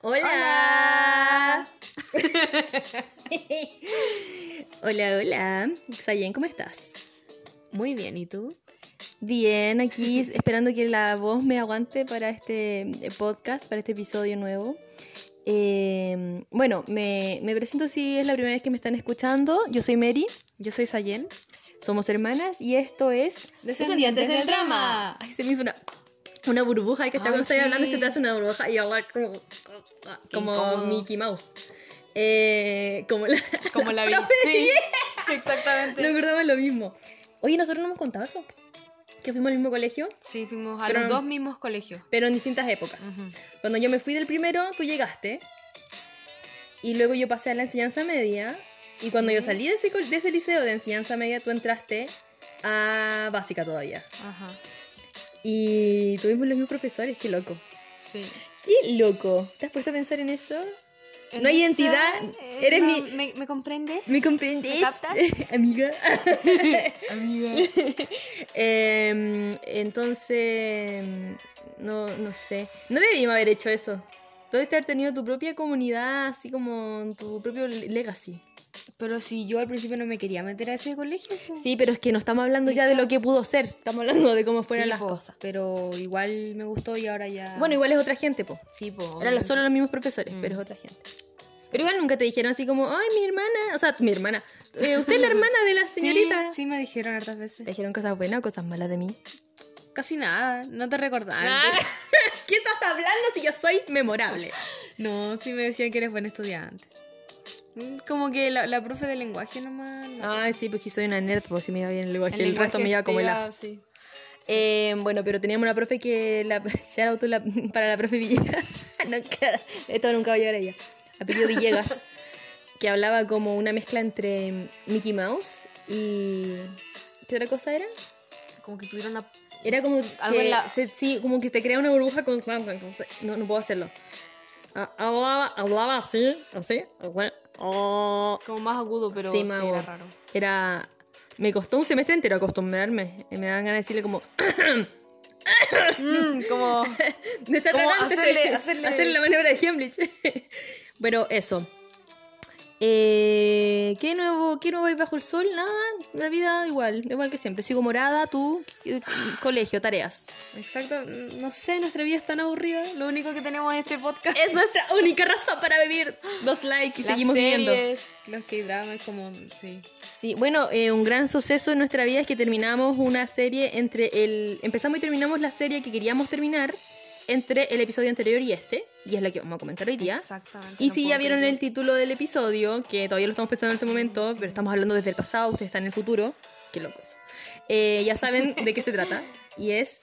Hola. Hola, hola. Sayen, ¿cómo estás? Muy bien, ¿y tú? Bien, aquí esperando que la voz me aguante para este podcast, para este episodio nuevo. Bueno, me presento si es la primera vez que me están escuchando. Yo soy Mary. Yo soy Sayen. Somos hermanas y esto es Descendientes del Drama. Ay, se me hizo una burbuja. Que cuando estás hablando y se te hace una burbuja y hablar como Incómodo. Mickey Mouse. Como la vi. Sí, exactamente. No acordaba lo mismo. Oye, nosotros no hemos contado eso. Que fuimos al mismo colegio, Sí, fuimos a Pero- los dos mismos colegios. pero en distintas épocas. Cuando yo me fui del primero, tú llegaste. Y luego yo pasé a la enseñanza media. Y cuando yo salí de ese liceo de enseñanza media, tú entraste a básica todavía. Ajá. Y tuvimos los mismos profesores, qué loco. Sí. Qué loco. ¿Te has puesto a pensar en eso? No hay entidad, eres ¿Me comprendes? ¿Me comprendes? ¿Me captas? Amiga. Amiga. Entonces, no sé. No debíamos haber hecho eso. Debes haber tenido tu propia comunidad, así como tu propio legacy. Pero si yo al principio no me quería meter a ese colegio. Po. Sí, pero es que no estamos hablando ya de lo que pudo ser. Estamos hablando de cómo fueron Sí, las po, cosas. Pero igual me gustó y ahora ya... Bueno, igual es otra gente, po. Sí, po. Eran solo los mismos profesores, pero es otra gente. Pero igual nunca te dijeron así como, ay, mi hermana. O sea, mi hermana. ¿Usted es la hermana de la señorita? Sí, me dijeron hartas veces. ¿Te dijeron cosas buenas o cosas malas de mí? Casi nada, no te recordaba. ¿Qué estás hablando si yo soy memorable? No, sí me decían que eres buen estudiante. Como que la profe de lenguaje nomás. No. Ay, sí, porque soy una nerd, por si me iba bien el lenguaje. El lenguaje resto me iba como el ajo. sí. Bueno, pero teníamos una profe que... Shout out para la profe Villegas. Esto nunca va a llegar a ella. Apellido Villegas. Que hablaba como una mezcla entre Mickey Mouse y... ¿Qué otra cosa era? Como que tuvieron una... Era como Algo que... en la- Sí, como que te crea una burbuja constante. Entonces, no puedo hacerlo. Hablaba así. Como más agudo, pero Sí, sí, más era agudo. raro. Me costó un semestre entero acostumbrarme. Me daban ganas de decirle como... Como... Desatragántese. Hacerle la maniobra de Heimlich. Pero eso. ¿Qué nuevo hay bajo el sol? Nada, la vida igual que siempre. Sigo morada, tú, colegio, tareas. Exacto, no sé, nuestra vida es tan aburrida. Lo único que tenemos es este podcast. Es nuestra única razón para vivir. 2 likes y Las seguimos viviendo. series, los K-dramas, como... Sí. Sí, bueno, un gran suceso en nuestra vida es que terminamos una serie empezamos y terminamos la serie que queríamos terminar entre el episodio anterior y y es la que vamos a comentar hoy día. Exactamente. Y no si puedo ya vieron creerlo. el título del episodio, que todavía lo estamos pensando en este momento, pero estamos hablando desde el pasado, ustedes están en el futuro, qué loco eso. Ya saben de qué se trata, y es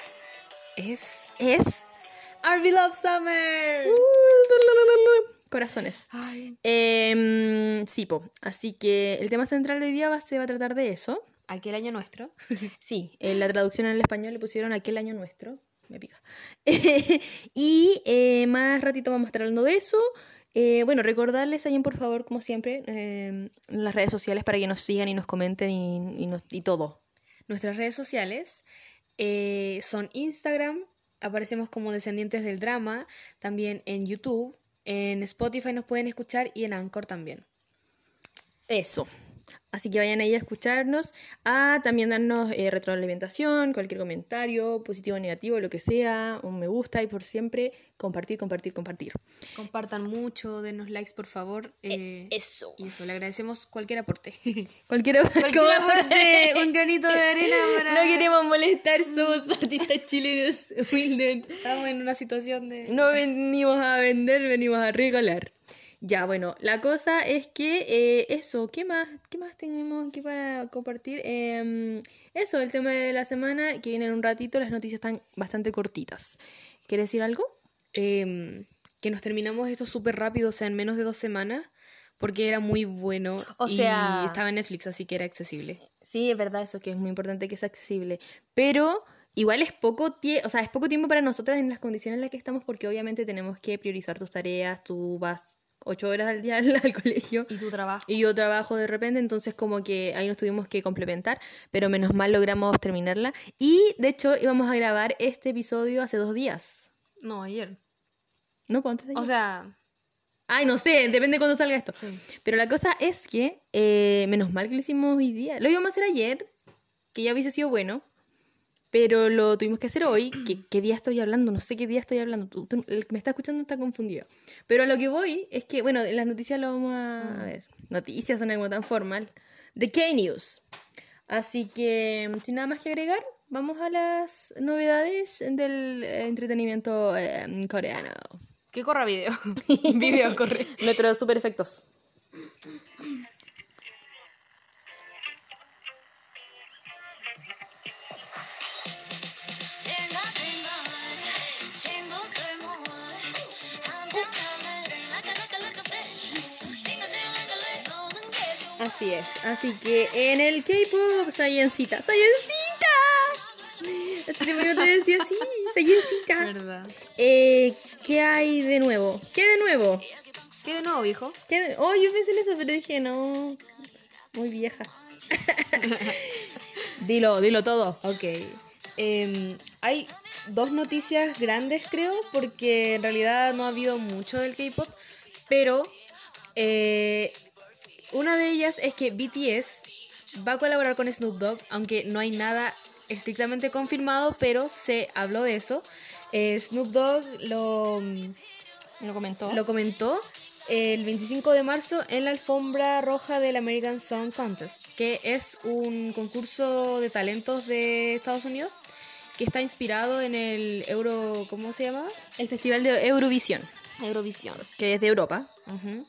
Our Beloved Summer. corazones. Ay. Sí, así que el tema central de hoy día se va a tratar de eso. Aquel año nuestro. Sí, la traducción en el español le pusieron aquel año nuestro. Me pica. Y más ratito vamos a estar hablando de eso. Bueno, recordarles ahí, por favor, como siempre, en las redes sociales para que nos sigan y nos comenten y todo. Nuestras redes sociales son Instagram, aparecemos como Descendientes del Drama, también en YouTube, en Spotify nos pueden escuchar y en Anchor también. Eso. Así que vayan ahí a escucharnos, a también darnos retroalimentación, cualquier comentario, positivo o negativo, lo que sea, un me gusta y por siempre compartir. Compartan mucho, denos likes por favor. Eso. Y eso, le agradecemos cualquier aporte. Cualquier aporte, un granito de arena para... No queremos molestar, somos artistas chilenos, humildemente. Estamos en una situación de... No venimos a vender, venimos a regalar. Ya, bueno, la cosa es que eso, ¿qué más tenemos aquí para compartir? Eso, el tema de la semana, que viene en un ratito, las noticias están bastante cortitas. ¿Quieres decir algo? Que nos terminamos esto súper rápido, o sea, en menos de 2 semanas, porque era muy bueno y estaba en Netflix, así que era accesible. Sí, es verdad eso, que es muy importante que sea accesible. Pero igual es poco tiempo para nosotras en las condiciones en las que estamos, porque obviamente tenemos que priorizar tus tareas, tú vas 8 horas al día al colegio. ¿Y tu trabajo? Y yo trabajo de repente, entonces como que ahí nos tuvimos que complementar, pero menos mal logramos terminarla. Y de hecho íbamos a grabar este episodio hace 2 días. No, ayer. No, pues antes de ayer. O sea, Ay, no sé, depende de cuándo salga esto. Sí. Pero la cosa es que, menos mal que lo hicimos hoy día. Lo íbamos a hacer ayer, que ya hubiese sido bueno, pero lo tuvimos que hacer hoy. ¿Qué día estoy hablando? No sé qué día estoy hablando. El que me está escuchando está confundido. Pero a lo que voy es que, bueno, en las noticias lo vamos a ver. Noticias son algo tan formal. The K-News. Así que, sin nada más que agregar, vamos a las novedades del entretenimiento coreano. Que corra video. Video corre. Nuestros super efectos. Así es. Así que en el K-pop, Sayencita. ¡Sayencita! Este tipo no te decía así, Sayencita. ¿Verdad? ¿Qué hay de nuevo? ¿Qué de nuevo? ¿Qué de nuevo, viejo? Oh, yo pensé en eso, pero dije, no. Muy vieja. Dilo todo. Ok. Hay dos noticias grandes, creo, porque en realidad no ha habido mucho del K-pop, pero una de ellas es que BTS va a colaborar con Snoop Dogg, aunque no hay nada estrictamente confirmado, pero se habló de eso. Snoop Dogg Lo comentó. el 25 de marzo en la alfombra roja del American Song Contest, que es un concurso de talentos de Estados Unidos que está inspirado en el ¿cómo se llamaba? El festival de Eurovisión, Eurovisión. que es de Europa. Ujú.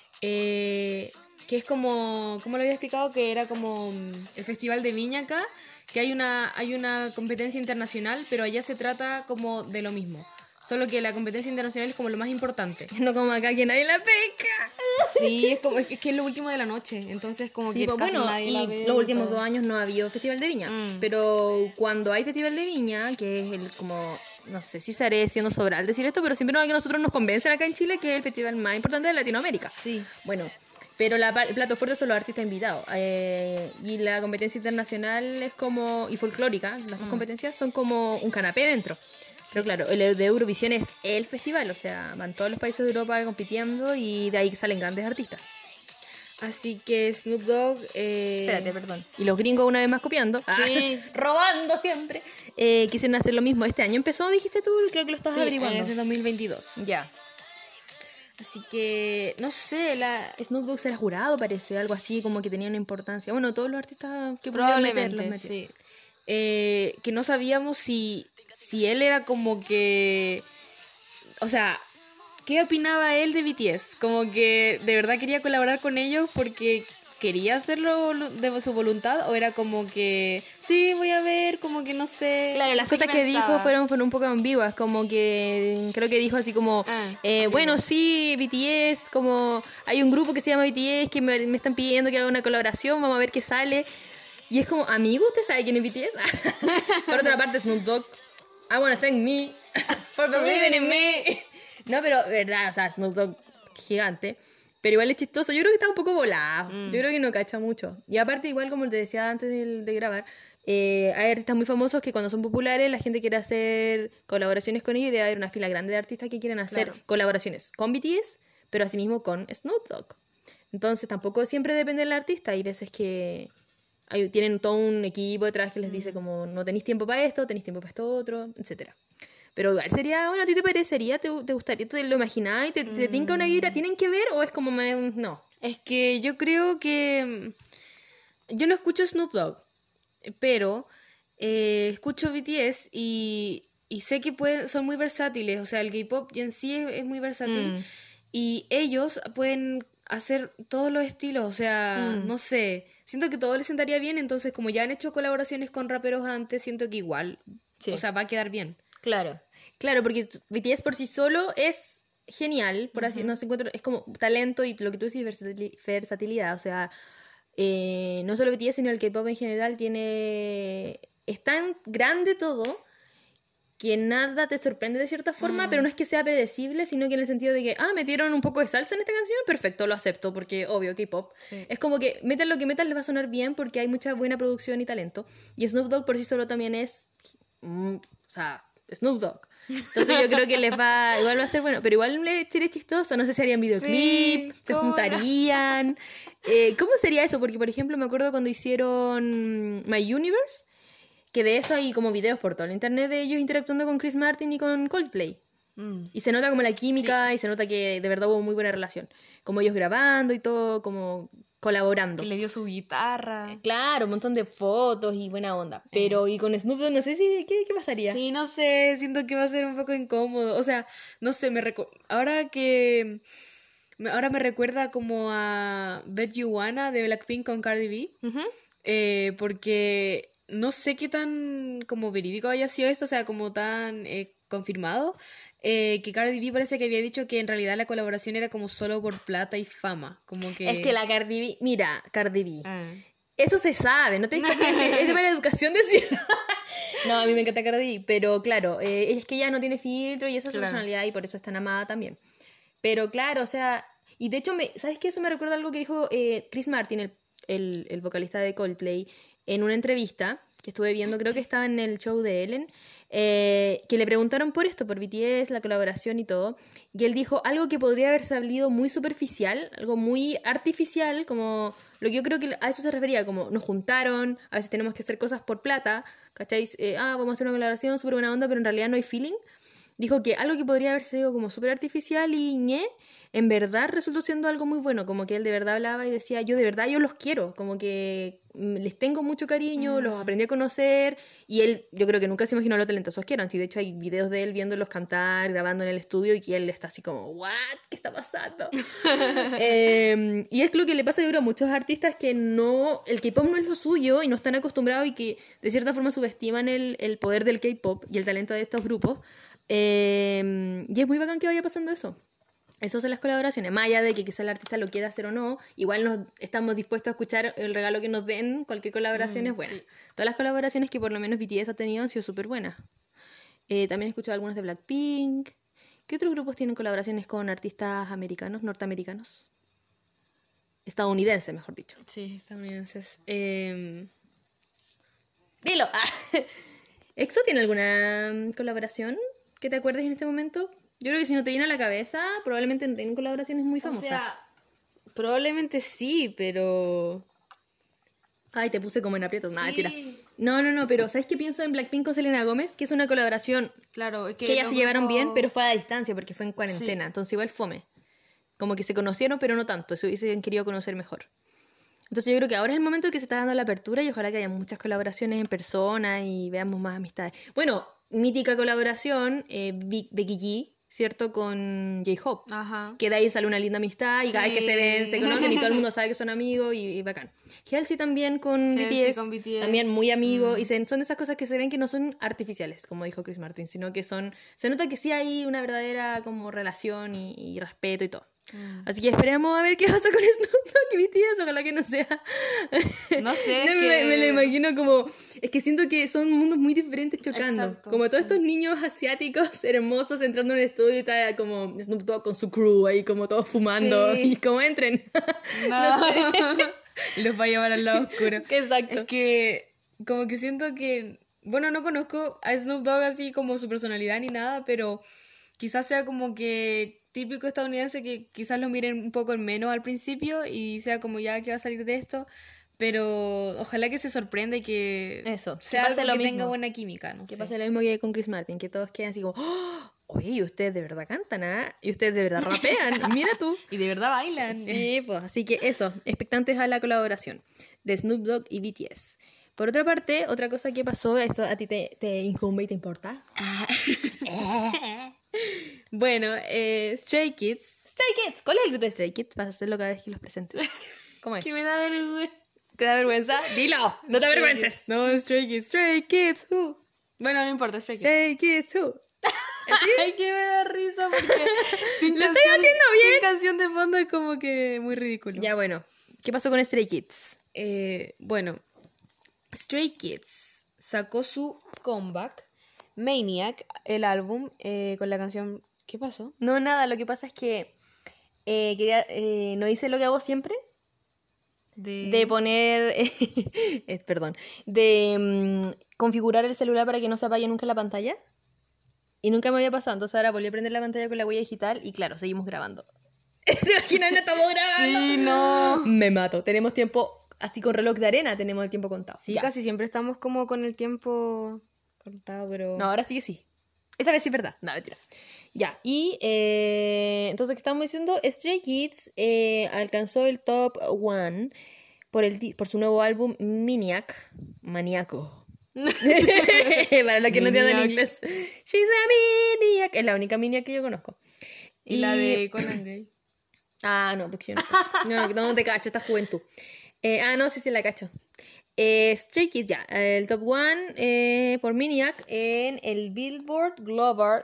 Que es como lo había explicado, que era como el festival de Viña acá, que hay una competencia internacional, pero allá se trata como de lo mismo. Solo que la competencia internacional es como lo más importante. No como acá que nadie la pesca. Sí, es que es lo último de la noche, entonces como Sí, que pues, casi bueno, nadie y la ve. los y últimos todo. 2 años no ha habido Festival de Viña. Pero cuando hay Festival de Viña, que es el como, no sé si estaré siendo sobral decir esto, pero siempre que nosotros nos convencen acá en Chile que es el festival más importante de Latinoamérica. Sí. Bueno, pero el plato fuerte son los artistas invitados. Y la competencia internacional es como, y folclórica, las dos competencias son como un canapé dentro. Pero claro, el de Eurovisión es el festival, o sea, van todos los países de Europa compitiendo y de ahí salen grandes artistas. Así que Snoop Dogg... Espérate, perdón. Y los gringos una vez más copiando. Sí. Robando siempre. Quisieron hacer lo mismo. Este año empezó, dijiste tú, creo que lo estás Sí, averiguando. es de 2022. Ya. Así que, no sé, Snoop Dogg era jurado, parece, algo así, como que tenía una importancia. Bueno, todos los artistas que pudieron meter, los probablemente, metió. sí. Que no sabíamos si él era como que... O sea, ¿qué opinaba él de BTS? Como que de verdad quería colaborar con ellos porque quería hacerlo de su voluntad, o era como que sí, voy a ver, como que no sé. Claro, las no sé cosas qué que dijo pensaba. fueron un poco ambiguas, como que creo que dijo así como, ambiguo. bueno, sí, BTS, como hay un grupo que se llama BTS que me están pidiendo que haga una colaboración, vamos a ver qué sale. Y es como, amigo, ¿usted sabe quién es BTS? Por otra parte, Snoop Dogg, I wanna thank me for believing in me. No, pero, verdad, o sea, Snoop Dogg gigante. Pero igual es chistoso. Yo creo que está un poco volado. Yo creo que no cacha mucho. Y aparte, igual como te decía antes de grabar, hay artistas muy famosos que cuando son populares la gente quiere hacer colaboraciones con ellos y debe haber una fila grande de artistas que quieren hacer colaboraciones con BTS, pero asimismo con Snoop Dogg. Entonces tampoco siempre depende del artista. Hay veces que tienen todo un equipo detrás que les dice como no tenéis tiempo para esto, tenéis tiempo para esto otro, etcétera. Pero igual sería, bueno, ¿a ti te parecería? ¿Te gustaría? ¿Te lo imaginás? ¿Te tinca una vibra? ¿Tienen que ver o es como no? Es que yo creo que... Yo no escucho Snoop Dogg, pero escucho BTS y sé que son muy versátiles. O sea, el K-pop en sí es muy versátil. Y ellos pueden hacer todos los estilos. O sea, no sé. Siento que todo les sentaría bien. Entonces, como ya han hecho colaboraciones con raperos antes, siento que igual, o sea, va a quedar bien. Claro, porque BTS por sí solo es genial, por así no se encuentra, es como talento y lo que tú dices, versatilidad, o sea, no solo BTS sino el K-pop en general es tan grande todo que nada te sorprende de cierta forma, pero no es que sea predecible, sino que en el sentido de que, metieron un poco de salsa en esta canción, perfecto, lo acepto, porque obvio, K-pop. Sí. Es como que metan lo que metan les va a sonar bien porque hay mucha buena producción y talento, y Snoop Dogg por sí solo también es, o sea, Snoop Dogg. Entonces yo creo que igual va a ser bueno, pero igual sería chistoso, no sé si harían videoclip, se juntarían. ¿Cómo sería eso? Porque, por ejemplo, me acuerdo cuando hicieron My Universe, que de eso hay como videos por todo el internet de ellos interactuando con Chris Martin y con Coldplay. Y se nota como la química y se nota que de verdad hubo muy buena relación. Como ellos grabando y todo, como colaborando. Que le dio su guitarra. Claro, un montón de fotos y buena onda. Pero y con Snoop Dogg no sé si qué pasaría. Sí, no sé, siento que va a ser un poco incómodo. O sea, no sé, ahora me recuerda como a Bet You Wanna de Blackpink con Cardi B. Porque no sé qué tan como verídico haya sido esto, o sea, como tan confirmado. Que Cardi B parece que había dicho que en realidad la colaboración era como solo por plata y fama. Como que... Es que la Cardi B... Mira, Cardi B. Eso se sabe, no te es de mala educación decirlo. No, a mí me encanta Cardi B, pero claro, es que ella no tiene filtro y esa es su personalidad y por eso es tan amada también. Pero claro, o sea... Y de hecho, ¿sabes qué? Eso me recuerda algo que dijo Chris Martin, el vocalista de Coldplay, en una entrevista que estuve viendo, creo que estaba en el show de Ellen, que le preguntaron por esto, por BTS, la colaboración y todo, y él dijo algo que podría haber salido muy superficial, algo muy artificial, como lo que yo creo que a eso se refería, como nos juntaron, a veces tenemos que hacer cosas por plata, ¿cacháis? Vamos a hacer una colaboración, súper buena onda, pero en realidad no hay feeling. Dijo que algo que podría haber sido como súper artificial y en verdad resultó siendo algo muy bueno, como que él de verdad hablaba y decía, yo de verdad yo los quiero, como que les tengo mucho cariño, los aprendí a conocer y él, yo creo que nunca se imaginó lo talentosos que eran, sí, de hecho hay videos de él viéndolos cantar, grabando en el estudio y que él está así como, ¿what? ¿Qué está pasando? Y es lo que le pasa yo creo a muchos artistas que el K-pop no es lo suyo y no están acostumbrados y que de cierta forma subestiman el poder del K-pop y el talento de estos grupos. Y es muy bacán que vaya pasando eso. Eso son las colaboraciones, más allá de que quizá el artista lo quiera hacer o no, igual estamos dispuestos a escuchar el regalo que nos den, cualquier colaboración es buena. Sí. Todas las colaboraciones que por lo menos BTS ha tenido han sido súper buenas. También he escuchado algunas de Blackpink. ¿Qué otros grupos tienen colaboraciones con artistas americanos, norteamericanos? Estadounidenses, mejor dicho. Sí, estadounidenses. ¡Dilo! ¿EXO tiene alguna colaboración que te acuerdes en este momento? Yo creo que si no te viene a la cabeza, probablemente no tienen colaboraciones muy famosas. O sea, probablemente sí, pero... Ay, te puse como en aprietos. Sí. Nada, tira. No, pero ¿sabes qué pienso en Blackpink con Selena Gómez? Que es una colaboración claro, es que ellas se llevaron bien, pero fue a distancia porque fue en cuarentena. Sí. Entonces igual fome. Como que se conocieron, pero no tanto. Se hubiesen querido conocer mejor. Entonces yo creo que ahora es el momento que se está dando la apertura y ojalá que haya muchas colaboraciones en persona y veamos más amistades. Bueno, mítica colaboración, Becky G, ¿cierto? Con J-Hope. Ajá. Que de ahí sale una linda amistad y cada vez que se ven, se conocen y todo el mundo sabe que son amigos y bacán. Halsey también con BTS. También muy amigos. Y son de esas cosas que se ven que no son artificiales, como dijo Chris Martin, sino que se nota que sí hay una verdadera como relación y respeto y todo. Así que esperemos a ver qué pasa con Snoop Dogg y BTS, ojalá que no sea... No sé, me lo imagino como... Es que siento que son mundos muy diferentes chocando. Exacto, como todos estos niños asiáticos hermosos entrando en el estudio y está como Snoop Dogg con su crew ahí como todos fumando y como entren. No sé. Los va a llevar al lado oscuro. Exacto. Es que como que siento que... Bueno, no conozco a Snoop Dogg así como su personalidad ni nada, pero quizás sea como que... típico estadounidense que quizás lo miren un poco en menos al principio y sea como ya que va a salir de esto, pero ojalá que se sorprenda y que sea algo que tenga buena química, no sé. Que pase lo mismo que con Chris Martin, que todos quedan así como, ¡oh! Oye, ¿y ustedes de verdad cantan, ah? ¿Y ustedes de verdad rapean? Mira tú. Y de verdad bailan. Sí, pues, así que eso, expectantes a la colaboración de Snoop Dogg y BTS. Por otra parte, otra cosa que pasó, esto a ti te incumbe y te importa. Bueno, Stray Kids. ¿Cuál es el grupo de Stray Kids? Vas a hacerlo cada vez que los presentes. ¿Cómo es? Que me da vergüenza. ¿Te da vergüenza? Dilo, no te avergüences. No, Stray Kids, who? Bueno, no importa, Stray Kids. Stray Kids, who? Ay, que me da risa porque lo estoy haciendo bien. Sin canción de fondo es como que muy ridículo. Ya, bueno. ¿Qué pasó con Stray Kids? Bueno, Stray Kids sacó su comeback, Maniac, el álbum, con la canción... ¿Qué pasó? No, nada, lo que pasa es que no hice lo que hago siempre. De poner... perdón. De configurar el celular para que no se apague nunca la pantalla. Y nunca me había pasado, entonces ahora volví a prender la pantalla con la huella digital y claro, seguimos grabando. ¿Te imaginas? No estamos grabando. Sí, no. Me mato. Tenemos tiempo, así con reloj de arena, tenemos el tiempo contado. Sí, Ya. casi siempre estamos como con el tiempo cortado, pero... No, ahora sí que sí. Esta vez sí es verdad. No, mentira. Ya, y entonces, ¿qué estamos diciendo? Stray Kids alcanzó el top 1 por su nuevo álbum Maniac. Maníaco. Para los que no entiendan Maniac. inglés. She's a Maniac. Es la única Maniac que yo conozco. Y la de Conan Gray. Ah, no, porque yo no cacho. No te cacho, esta juventud. No, sí, la cacho. Stray Kids, ya. El top 1 por Maniac en el Billboard Global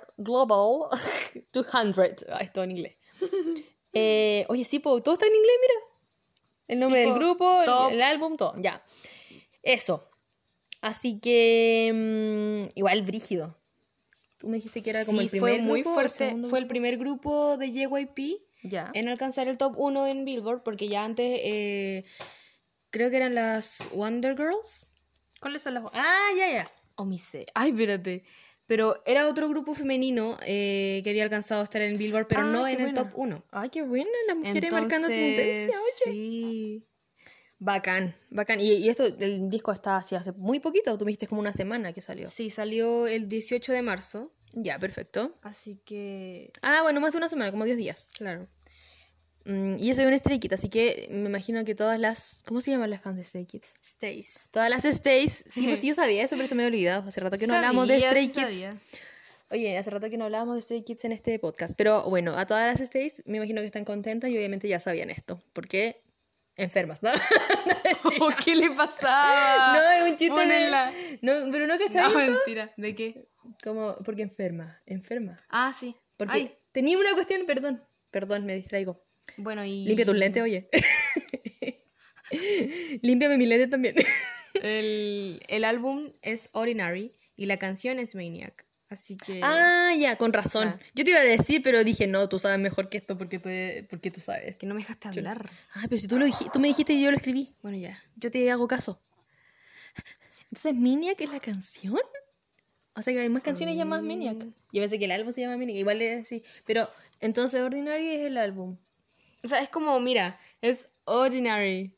200. Ah, es todo en inglés. Oye, sí, todo está en inglés, mira. El nombre Sí, del po. grupo, Top. el álbum, todo. Ya. Eso. Así que. Igual, brígido. Tú me dijiste que era como Sí, el primer fue muy grupo, ¿o el fuerte. segundo Fue el grupo? primer grupo de JYP Ya. en alcanzar el top 1 en Billboard, porque ya antes creo que eran las Wonder Girls. ¿Cuáles son las? Ah, ya. O Mise. Ay, espérate. Pero era otro grupo femenino que había alcanzado a estar en Billboard, pero Ah, no qué en el buena. top 1. Ay, qué buena, las mujeres marcando tendencia, oye. Sí. Bacán, bacán. Y esto, el disco está así hace muy poquito, tú me dijiste como una semana que salió. Sí, salió el 18 de marzo. Ya, perfecto. Así que, Ah, bueno, más de una semana, como 10 días. claro. Y yo soy una Stray Kids, así que me imagino que todas las... ¿Cómo se llaman las fans de Stray Kids? Stace. Todas las Stays. Sí, pues sí, yo sabía eso, pero se me había olvidado. Hace rato que no hablamos de Stray Kids. Oye, hace rato que no hablábamos de Stray Kids en este podcast. Pero bueno, a todas las Stays me imagino que están contentas y obviamente ya sabían esto. Porque enfermas, ¿no? ¿Qué le pasaba? No, es un chiste Pónela. de... No, pero no, ¿cachai? No, eso? mentira. ¿De qué? Como, porque enferma. Ah, sí. Porque Ay, tenía una cuestión, perdón, me distraigo. bueno, y... Limpia tus lentes, oye. Límpiame mis lentes también. El álbum es Ordinary y la canción es Maniac. Así que... Ah, ya, con razón. Claro. Yo te iba a decir, pero dije, no, tú sabes mejor que esto porque tú sabes. Que no me dejaste Yo no sé. hablar. Ah, pero si tú me dijiste y yo lo escribí. Bueno, ya. Yo te hago caso. Entonces, Maniac es la canción. O sea que hay más canciones llamadas Maniac. Yo pensé que el álbum se llama Maniac. Igual es así. Pero entonces Ordinary es el álbum. O sea, es como, mira, es Ordinary.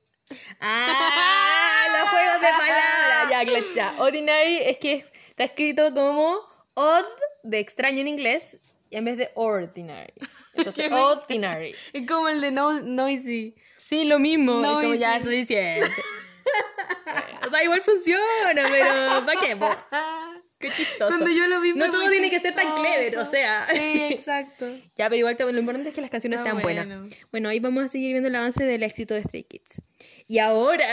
¡Ah! Los juegos de palabras. Ya, claro, ya. Ordinary es que está escrito como odd, de extraño en inglés, y en vez de ordinary. Entonces, ordinary. Es como el de Noisy. Sí, lo mismo. No, es como y ya sí. es suficiente. O sea, igual funciona, pero ¿para qué? Po? Qué chistoso. Cuando yo lo vi no fue todo muy tiene que ser tan chistoso. clever, o sea. Sí, exacto. Ya, pero igual lo importante es que las canciones Ah, sean bueno. buenas. Bueno, ahí vamos a seguir viendo el avance del éxito de Stray Kids. Y ahora...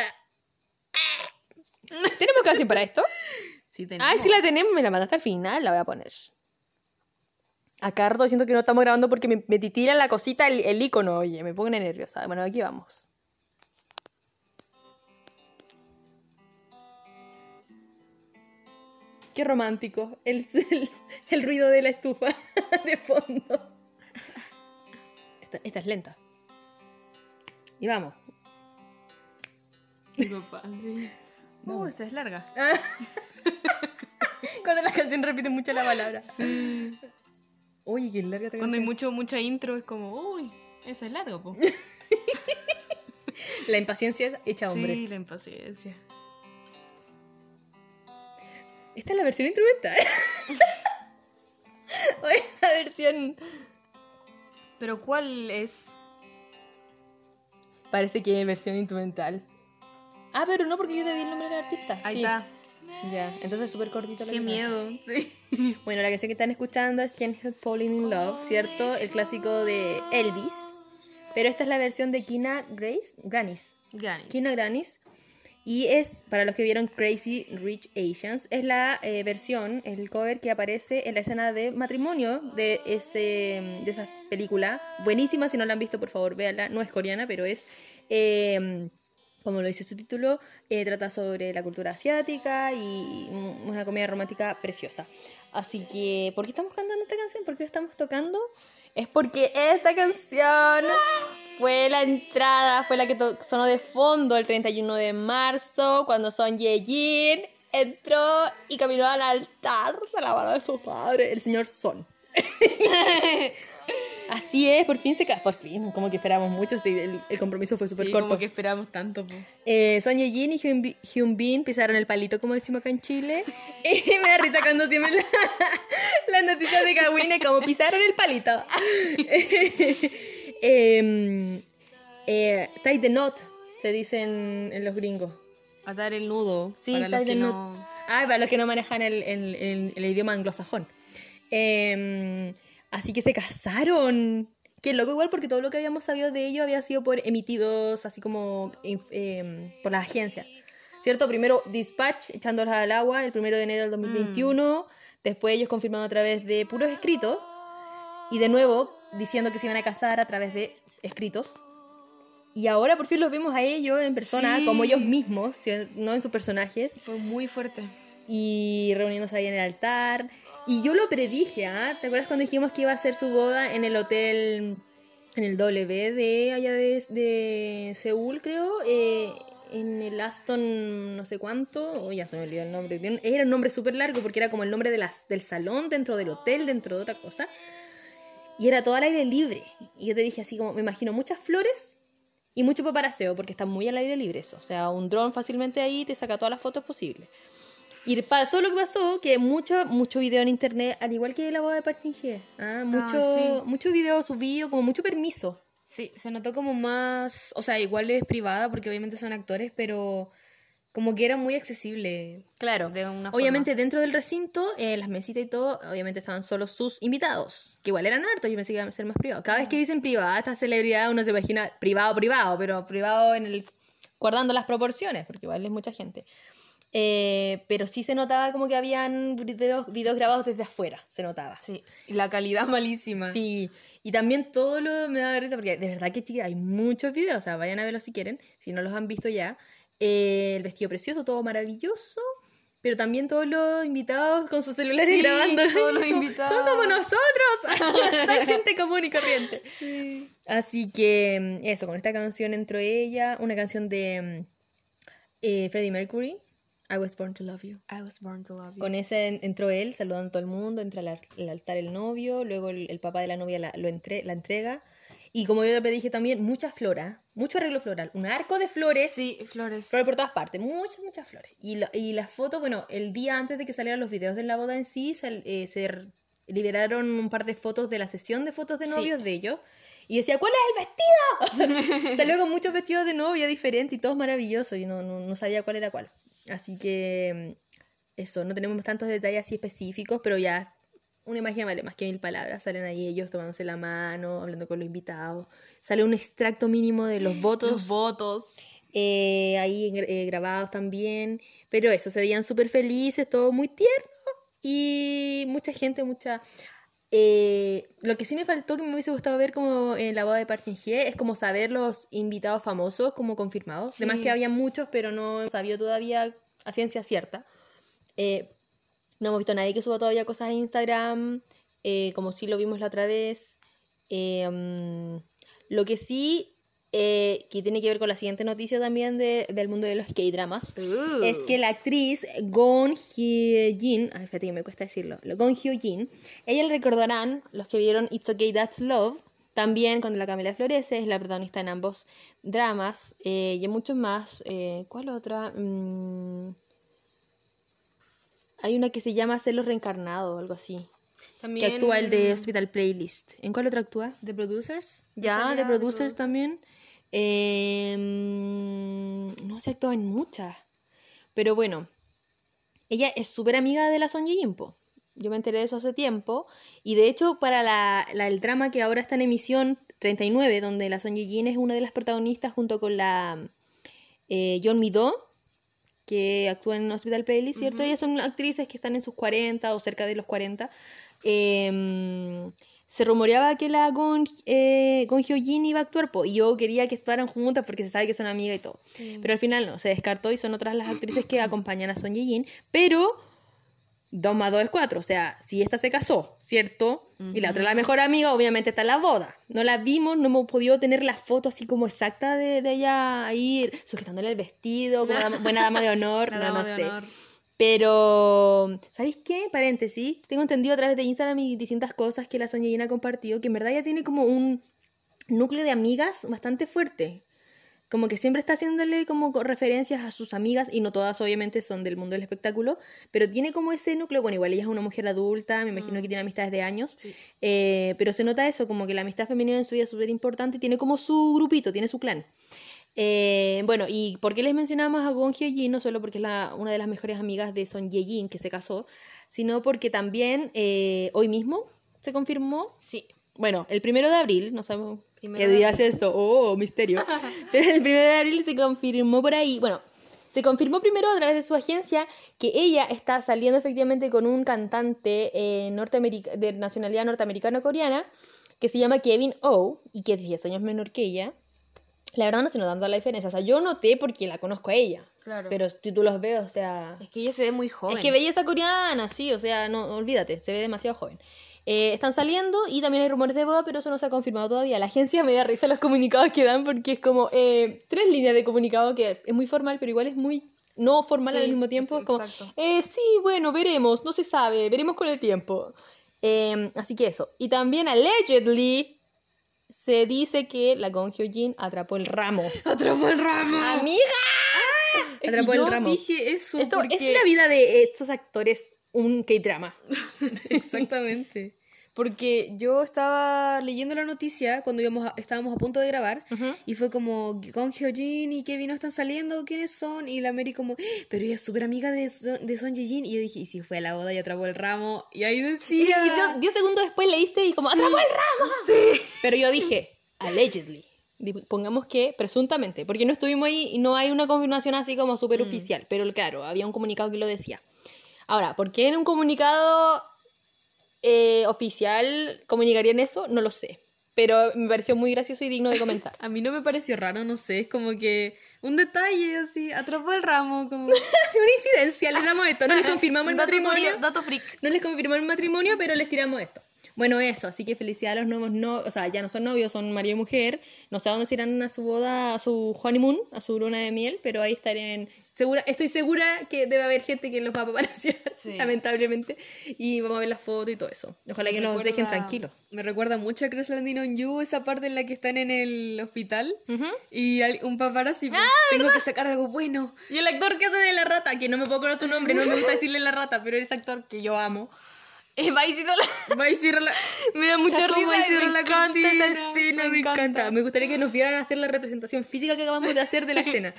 ¿Tenemos canción para esto? Sí, tenemos. Ay, sí la tenemos, me la mandaste al final, la voy a poner. Acá rato siento que no estamos grabando porque me titila la cosita, el icono, oye, me pone nerviosa. Bueno, aquí vamos. Qué romántico, el ruido de la estufa de fondo. Esta es lenta. Y vamos. Mi papá, sí. Esa es larga. Cuando la canción repite mucho la palabra. Sí. Uy, qué larga esta Cuando hay canción. mucha intro es como, uy, esa es larga, po. La impaciencia es hecha hombre. Sí, la impaciencia. Esta es la versión instrumental. Oye, la versión... Pero ¿cuál es? Parece que es versión instrumental. Ah, pero no, porque yo te di el nombre del artista. Ahí Sí. está. Ya, entonces es súper cortito. Qué miedo. Sí. Bueno, la canción que están escuchando es Can't Help Falling in Love, ¿cierto? El clásico de Elvis. Pero esta es la versión de Kina Grannis. Kina Grannis. Y es, para los que vieron Crazy Rich Asians, es la versión, el cover que aparece en la escena de matrimonio de esa película. Buenísima, si no la han visto, por favor, véanla. No es coreana, pero es... como lo dice su título, trata sobre la cultura asiática y una comedia romántica preciosa. Así que, ¿por qué estamos cantando esta canción? ¿Por qué la estamos tocando? Es porque esta canción fue la entrada, fue la que sonó de fondo el 31 de marzo, cuando Son Ye-jin entró y caminó al altar de la mano de su padre, el señor Son. Así es, por fin por fin, como que esperamos mucho, sí, el compromiso fue súper corto. Como que esperamos tanto, po. Son Ye-jin y Hyun Bin pisaron el palito, como decimos acá en Chile. Y me da risa cuando siempre las noticias de Kawin es como pisaron el palito. Tie the knot, se dicen en los gringos. Atar el nudo. Sí, para los que no... para los que no manejan el idioma anglosajón. Así que se casaron. Qué loco igual, porque todo lo que habíamos sabido de ellos había sido por emitidos, así como por la agencia. ¿Cierto? Primero Dispatch echándolos al agua el 1 de enero del 2021. Después ellos confirmando a través de puros escritos. Y de nuevo diciendo que se iban a casar a través de escritos. Y ahora por fin los vemos a ellos en persona, Sí. como ellos mismos, no en sus personajes. Fue muy fuerte. Y reuniéndose ahí en el altar. Y yo lo predije, ¿ah? ¿Te acuerdas cuando dijimos que iba a ser su boda en el hotel, en el W de allá de Seúl, creo? En el Aston no sé cuánto, ya se me olvidó el nombre. Era un nombre súper largo porque era como el nombre del salón dentro del hotel, dentro de otra cosa. Y era todo al aire libre. Y yo te dije así como, me imagino muchas flores y mucho paparaseo porque está muy al aire libre eso. O sea, un dron fácilmente ahí te saca todas las fotos posibles. Y pasó lo que pasó, que mucho video en internet, al igual que la boda de Park Shin-hye. Mucho video subido, como mucho permiso. Sí, se notó como más... O sea, igual es privada porque obviamente son actores, pero como que era muy accesible. Claro. De una Obviamente dentro del recinto, las mesitas y todo, obviamente estaban solo sus invitados, que igual eran hartos, yo pensé que iban a ser más privados. Cada vez que dicen privada, esta celebridad uno se imagina privado, pero privado guardando las proporciones, porque igual es mucha gente. Pero sí se notaba como que habían videos grabados desde afuera, se notaba. Sí, y la calidad malísima. Sí, y también me da risa porque de verdad que chicas, hay muchos videos, o sea, vayan a verlos si quieren, si no los han visto ya. El vestido precioso, todo maravilloso, pero también todos los invitados con sus celulares Sí, grabando. todos los invitados. Son como nosotros, son gente común y corriente. Sí. Así que eso, con esta canción entró ella, una canción de Freddie Mercury, I Was Born to Love You. I was born to love you. Con ese entró él, saludando a todo el mundo, entra al altar el novio, luego el papá de la novia la entrega. Y como yo te dije también, mucha flora, mucho arreglo floral, un arco de flores. Sí, flores. Flores por todas partes, muchas flores. Y las fotos, bueno, el día antes de que salieran los videos de la boda en sí, se liberaron un par de fotos de la sesión de fotos de novios de ellos. Y decía, ¿cuál es el vestido? Salió con muchos vestidos de novia diferentes y todos maravillosos. Y no sabía cuál era cuál. Así que eso, no tenemos tantos detalles así específicos, pero ya una imagen vale más que 1000 palabras. Salen ahí ellos tomándose la mano, hablando con los invitados. Sale un extracto mínimo de los votos. Los votos. Ahí grabados también. Pero eso, se veían súper felices, todo muy tierno. Y mucha gente, lo que sí me faltó, que me hubiese gustado ver como en la boda de Park Shin-hye, es como saber los invitados famosos como confirmados. Sí. Además que había muchos, pero no sabía todavía a ciencia cierta. No hemos visto a nadie que suba todavía cosas en Instagram, como sí lo vimos la otra vez. Lo que sí, que tiene que ver con la siguiente noticia también del mundo de los K-dramas, es que la actriz Gon Hyo-jin, espérate que me cuesta decirlo, Gon Hyo-jin, ella le recordarán, los que vieron It's Okay, That's Love, también cuando la Camila Florece es la protagonista en ambos dramas, y en muchos más. ¿Cuál otra? Hay una que se llama Celos Reencarnado, algo así. También, Que actúa el de Hospital Playlist. ¿En cuál otra actúa? ¿The Producers? Ya, de Producers también. No se actúa en muchas. Pero bueno, ella es súper amiga de la Son Ye-jin, po. Yo me enteré de eso hace tiempo. Y de hecho, para el drama que ahora está en emisión 39, donde la Son Ye-jin es una de las protagonistas junto con la Yeon Mi-do, que actúa en Hospital Playlist, ¿cierto? Ellas son actrices que están en sus 40 o cerca de los 40. Se rumoreaba que la Gon Hyo-jin iba a actuar, y yo quería que actuaran juntas porque se sabe que son amigas y todo. Sí. Pero al final no, se descartó y son otras las actrices que acompañan a Son Ye-jin. Pero 2 más 2 es 4, o sea, si esta se casó, ¿cierto? Y la otra, la mejor amiga, obviamente está en la boda. No la vimos, no hemos podido tener la foto así como exacta de ella ahí sujetándole el vestido, como buena dama de honor, no sé. Honor. Pero, ¿sabéis qué? Paréntesis, tengo entendido a través de Instagram y distintas cosas que la Son Ye-jin ha compartido, que en verdad ella tiene como un núcleo de amigas bastante fuerte. Como que siempre está haciéndole como referencias a sus amigas, y no todas obviamente son del mundo del espectáculo, pero tiene como ese núcleo. Bueno, igual ella es una mujer adulta, me imagino que tiene amistades de años, Sí. pero se nota eso, como que la amistad femenina en su vida es súper importante y tiene como su grupito, tiene su clan. Bueno, ¿y por qué les mencionamos a Gon Hyo-jin? No solo porque es una de las mejores amigas de Son Ye-jin, que se casó, sino porque también hoy mismo se confirmó. Sí. Bueno, el 1 de abril, no sabemos Primero qué de día es esto, misterio. Pero el 1 de abril se confirmó por ahí, bueno, se confirmó primero a través de su agencia que ella está saliendo efectivamente con un cantante de nacionalidad norteamericano-coreana que se llama Kevin Oh y que es 10 años menor que ella. La verdad no se notando la diferencia, o sea, yo noté porque la conozco a ella, Claro. pero si tú los ves, o sea... Es que ella se ve muy joven. Es que belleza coreana, sí, o sea, no, olvídate, se ve demasiado joven. Están saliendo y también hay rumores de boda, pero eso no se ha confirmado todavía. La agencia me da risa los comunicados que dan porque es como 3 líneas de comunicado que es muy formal, pero igual es muy no formal Sí, al mismo tiempo. Es como, exacto. sí, bueno, veremos, no se sabe, veremos con el tiempo. Así que eso. Y también allegedly se dice que la Gon Hyo-jin atrapó el ramo. ¡Atrapó el ramo! ¡Amiga! Es Atrapó que el yo ramo. dije eso Esto porque... es la vida de estos actores, un K-drama. Exactamente. Porque yo estaba leyendo la noticia cuando estábamos a punto de grabar y fue como Gon Hyo-jin y Kevin no están saliendo, ¿quiénes son? Y la Mary como, pero ella es súper amiga de Son Ye-jin. Y yo dije, ¿y si fue a la boda y atrapó el ramo? Y ahí Y decía... 10 segundos después leíste y como ¡atrapó el ramo! Sí. Pero yo dije, allegedly. Pongamos que presuntamente, porque no estuvimos ahí y no hay una confirmación así como súper oficial. Pero claro, había un comunicado que lo decía. Ahora, ¿por qué en un comunicado oficial comunicarían eso? No lo sé. Pero me pareció muy gracioso y digno de comentar. A mí no me pareció raro, no sé, es como que un detalle así, atrapó el ramo, como... Una infidencia, les damos esto. No les confirmamos el matrimonio. Dato freak. No les confirmamos el matrimonio, pero les tiramos esto. Bueno, eso, así que felicidades a los nuevos novios, o sea, ya no son novios, son marido y mujer. No sé a dónde se irán a su boda, a su honeymoon, a su luna de miel, pero ahí estaré estoy segura que debe haber gente que los va a paparazziar, Sí. lamentablemente, y vamos a ver las fotos y todo eso. Ojalá que nos dejen tranquilos. Me recuerda mucho a Crash Landing on You, esa parte en la que están en el hospital y un paparazzi, pues, tengo que sacar algo bueno. Y el actor que hace de la rata, que no me puedo acordar su nombre, no me gusta decirle la rata, pero ese actor que yo amo. Va y cierra la... Va y cierra la... Me da mucha Se asoma y risa y cierra me la encanta esa cortina, escena, me encanta. Me gustaría que nos vieran hacer la representación física que acabamos de hacer de la escena.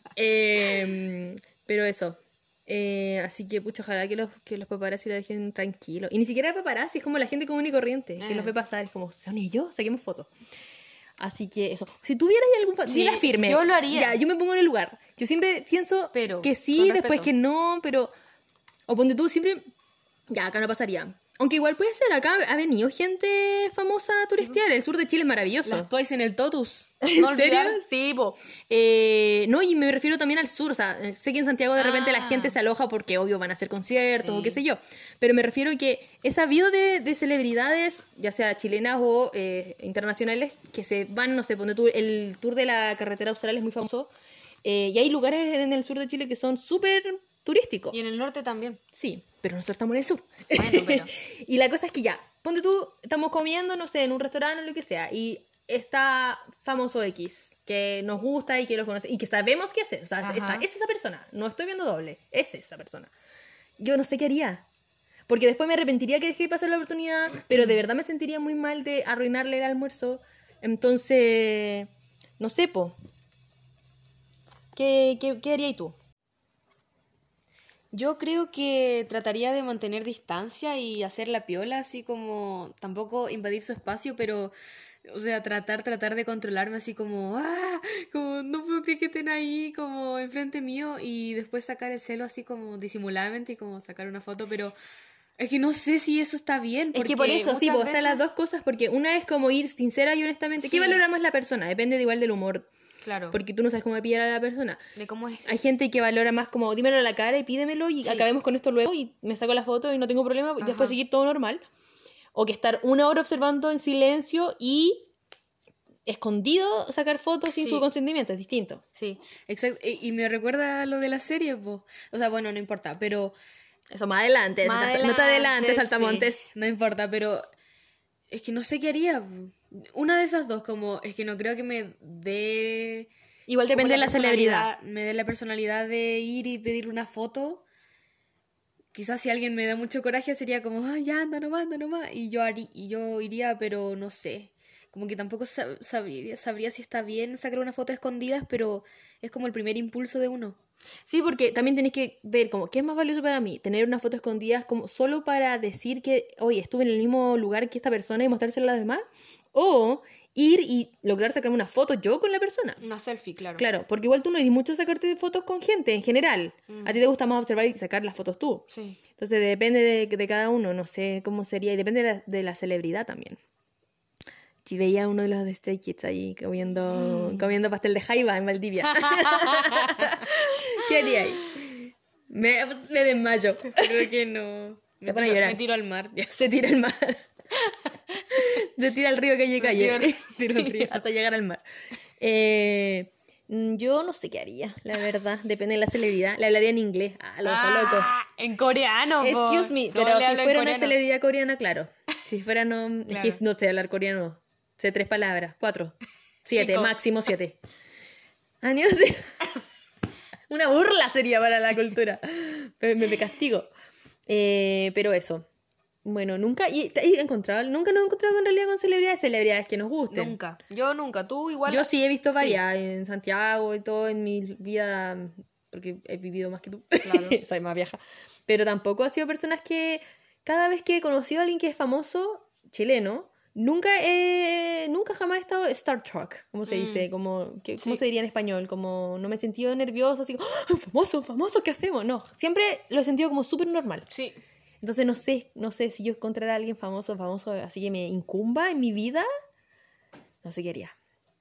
Pero eso. Así que, pucha, ojalá que los paparazzi la dejen tranquilo. Y ni siquiera paparazzi, es como la gente común y corriente que los ve pasar. Es como, ¿son ellos? Saquemos fotos. Así que eso. Si tuvieras algún... Sí, dila firme. yo lo haría. Ya, yo me pongo en el lugar. Yo siempre pienso Pero, que con sí, respeto. después que no, pero... O ponte tú siempre... Ya, acá no pasaría. Aunque igual puede ser, acá ha venido gente famosa a turistear. El sur de Chile es maravilloso. Las Twice en el Totus. ¿En No serio? olvidar. Sí, po. No, y me refiero también al sur. O sea, sé que en Santiago de repente la gente se aloja porque, obvio, van a hacer conciertos o qué sé yo. Pero me refiero que he sabido de celebridades, ya sea chilenas o internacionales, que se van, no sé, ponte tú, el tour de la carretera austral es muy famoso. Y hay lugares en el sur de Chile que son súper turísticos. Y en el norte también. Sí, pero nosotros estamos en el sur. Bueno, pero... Y la cosa es que ya, ponte tú, estamos comiendo, no sé, en un restaurante o lo que sea, y está famoso X, que nos gusta y que los conoce, y que sabemos qué hacer. O sea, es esa persona. No estoy viendo doble, es esa persona. Yo no sé qué haría. Porque después me arrepentiría que dejé pasar la oportunidad, pero de verdad me sentiría muy mal de arruinarle el almuerzo. Entonces, no sé, po. ¿Qué harías tú? Yo creo que trataría de mantener distancia y hacer la piola, así como tampoco invadir su espacio, pero, o sea, tratar de controlarme así como, como no puedo creer que estén ahí, como enfrente mío, y después sacar el celo así como disimuladamente y como sacar una foto, pero es que no sé si eso está bien. Es que por eso, sí, pues están las dos cosas, porque una es como ir sincera y honestamente. Sí. ¿Qué valora más la persona? Depende de igual del humor. Claro. Porque tú no sabes cómo pillar a la persona. De cómo es. Hay gente que valora más como, dímelo a la cara y pídemelo y acabemos con esto luego y me saco la foto y no tengo problema y después seguir todo normal. O que estar 1 hora observando en silencio y escondido sacar fotos sin Sí. su consentimiento, es distinto. Sí, exacto. Y me recuerda a lo de la serie, po. O sea, bueno, no importa, pero... Eso más adelante, Más no te adelantes, sí, saltamontes. no importa, pero es que no sé qué haría. Una de esas dos, como es que no creo que me dé... Igual como depende de la celebridad. personalidad- Me dé la personalidad de ir y pedir una foto. Quizás si alguien me da mucho coraje sería como, ah, ya, anda nomás. Y yo iría, pero no sé. Como que tampoco sabría si está bien sacar una foto a escondidas, pero es como el primer impulso de uno. Sí, porque también tenés que ver como qué es más valioso para mí, tener una foto escondida como solo para decir que, oye, estuve en el mismo lugar que esta persona y mostrársela a las demás, o ir y lograr sacarme una foto yo con la persona. Una selfie, claro. Claro, porque igual tú no eres mucho de sacarte fotos con gente en general. A ti te gusta más observar y sacar las fotos tú. Sí. Entonces depende de cada uno, no sé cómo sería, y depende de la celebridad también. Si veía a uno de los de Stray Kids ahí comiendo pastel de jaiba en Valdivia. ¿Qué haría ahí? Me desmayo. Creo que no. Se pone a llorar. Me tiro al mar. Ya. Se tira al mar. Se tira al río calle. Tiro al río. Hasta llegar al mar. Yo no sé qué haría, la verdad. Depende de la celebridad. Le hablaría en inglés. Loco. En coreano, po. Excuse me. No, Pero le si hablo en fuera una coreano. celebridad coreana, claro. Si fuera no... Claro. Es que no sé hablar coreano. Sé 3 palabras. 4. 7. 5. Máximo 7. No sé. Una burla sería para la cultura. Pero me castigo. Pero eso. Bueno, nunca nos he encontrado en realidad con celebridades que nos gusten. Nunca. Yo nunca. Tú igual. Yo sí he visto Sí. varias en Santiago y todo en mi vida, porque he vivido más que tú. Claro. Soy más vieja. Pero tampoco ha sido personas que cada vez que he conocido a alguien que es famoso, chileno, nunca jamás he estado starstruck, ¿cómo se dice? ¿Cómo Sí. se diría en español? Como no me he sentido nerviosa, así como, ¡ah, famoso, ¿qué hacemos? No, siempre lo he sentido como súper normal. Sí. Entonces no sé si yo encontrara a alguien famoso, así que me incumba en mi vida, no sé qué haría.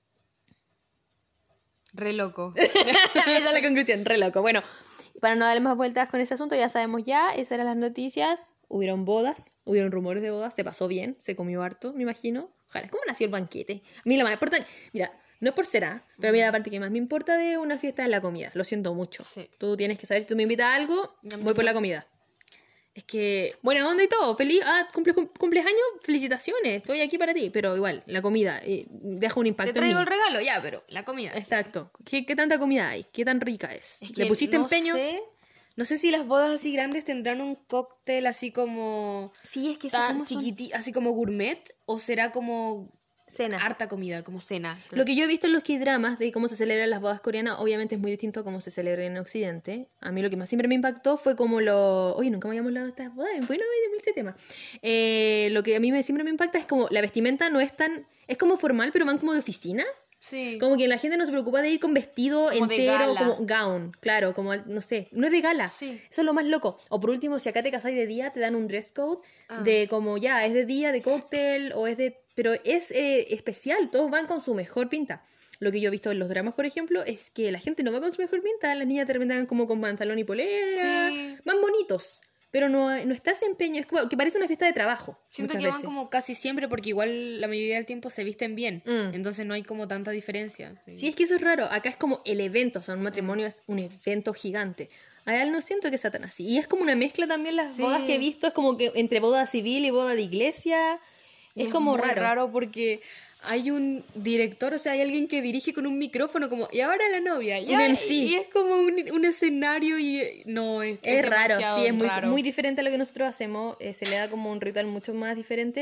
Re loco. Esa es la conclusión, re loco. Bueno, para no darle más vueltas con ese asunto, ya sabemos ya, esas eran las noticias. Hubieron bodas, hubieron rumores de bodas, se pasó bien, se comió harto, me imagino. Ojalá, ¿cómo nació el banquete? A mí lo más importante, mira, no es por ser, pero a mí la parte que más me importa de una fiesta es la comida, lo siento mucho. Sí. Tú tienes que saber, si tú me invitas a algo, voy por la comida. Es que Buena onda y todo, feliz, cumples años, felicitaciones, estoy aquí para ti, pero igual, la comida deja un impacto te en mí. traigo el regalo, ya, pero la comida. Exacto. ¿Qué tanta comida hay? ¿Qué tan rica es? Es ¿Le que pusiste no empeño? No sé si las bodas así grandes tendrán un cóctel así como Sí, es que tan así como gourmet, o será como cena. harta comida, como cena. Lo que yo he visto en los K-dramas de cómo se celebran las bodas coreanas, obviamente es muy distinto a cómo se celebran en Occidente. A mí lo que más siempre me impactó fue como lo... Oye, nunca me habíamos hablado de estas bodas, bueno, de este tema. Lo que a mí siempre me impacta es como la vestimenta no es tan... Es como formal, pero van como de oficina. Sí. Como que la gente no se preocupa de ir con vestido Como de entero, gala. como gown, claro, como, no sé, no es de gala. Sí. Eso es lo más loco. O por último, si acá te casáis de día, te dan un dress code de como ya, es de día, de cóctel, o es de... Pero es especial, todos van con su mejor pinta. Lo que yo he visto en los dramas, por ejemplo, es que la gente no va con su mejor pinta, las niñas terminan como con pantalón y polera, Sí. van bonitos. Pero no está ese empeño, es como que parece una fiesta de trabajo. Siento muchas que van veces. como casi siempre porque igual la mayoría del tiempo se visten bien. Mm. Entonces no hay como tanta diferencia. Sí, es que eso es raro. Acá es como el evento, o sea, un matrimonio es un evento gigante. Allá no siento que sea tan así. Y es como una mezcla también las Sí. bodas que he visto, es como que entre boda civil y boda de iglesia. Es como muy raro. porque hay un director, o sea, hay alguien que dirige con un micrófono como, y ahora la novia, y, Un ahora- MC. y es como un escenario y no, es Es raro, demasiado sí, es raro. muy diferente a lo que nosotros hacemos. Se le da como un ritual mucho más diferente.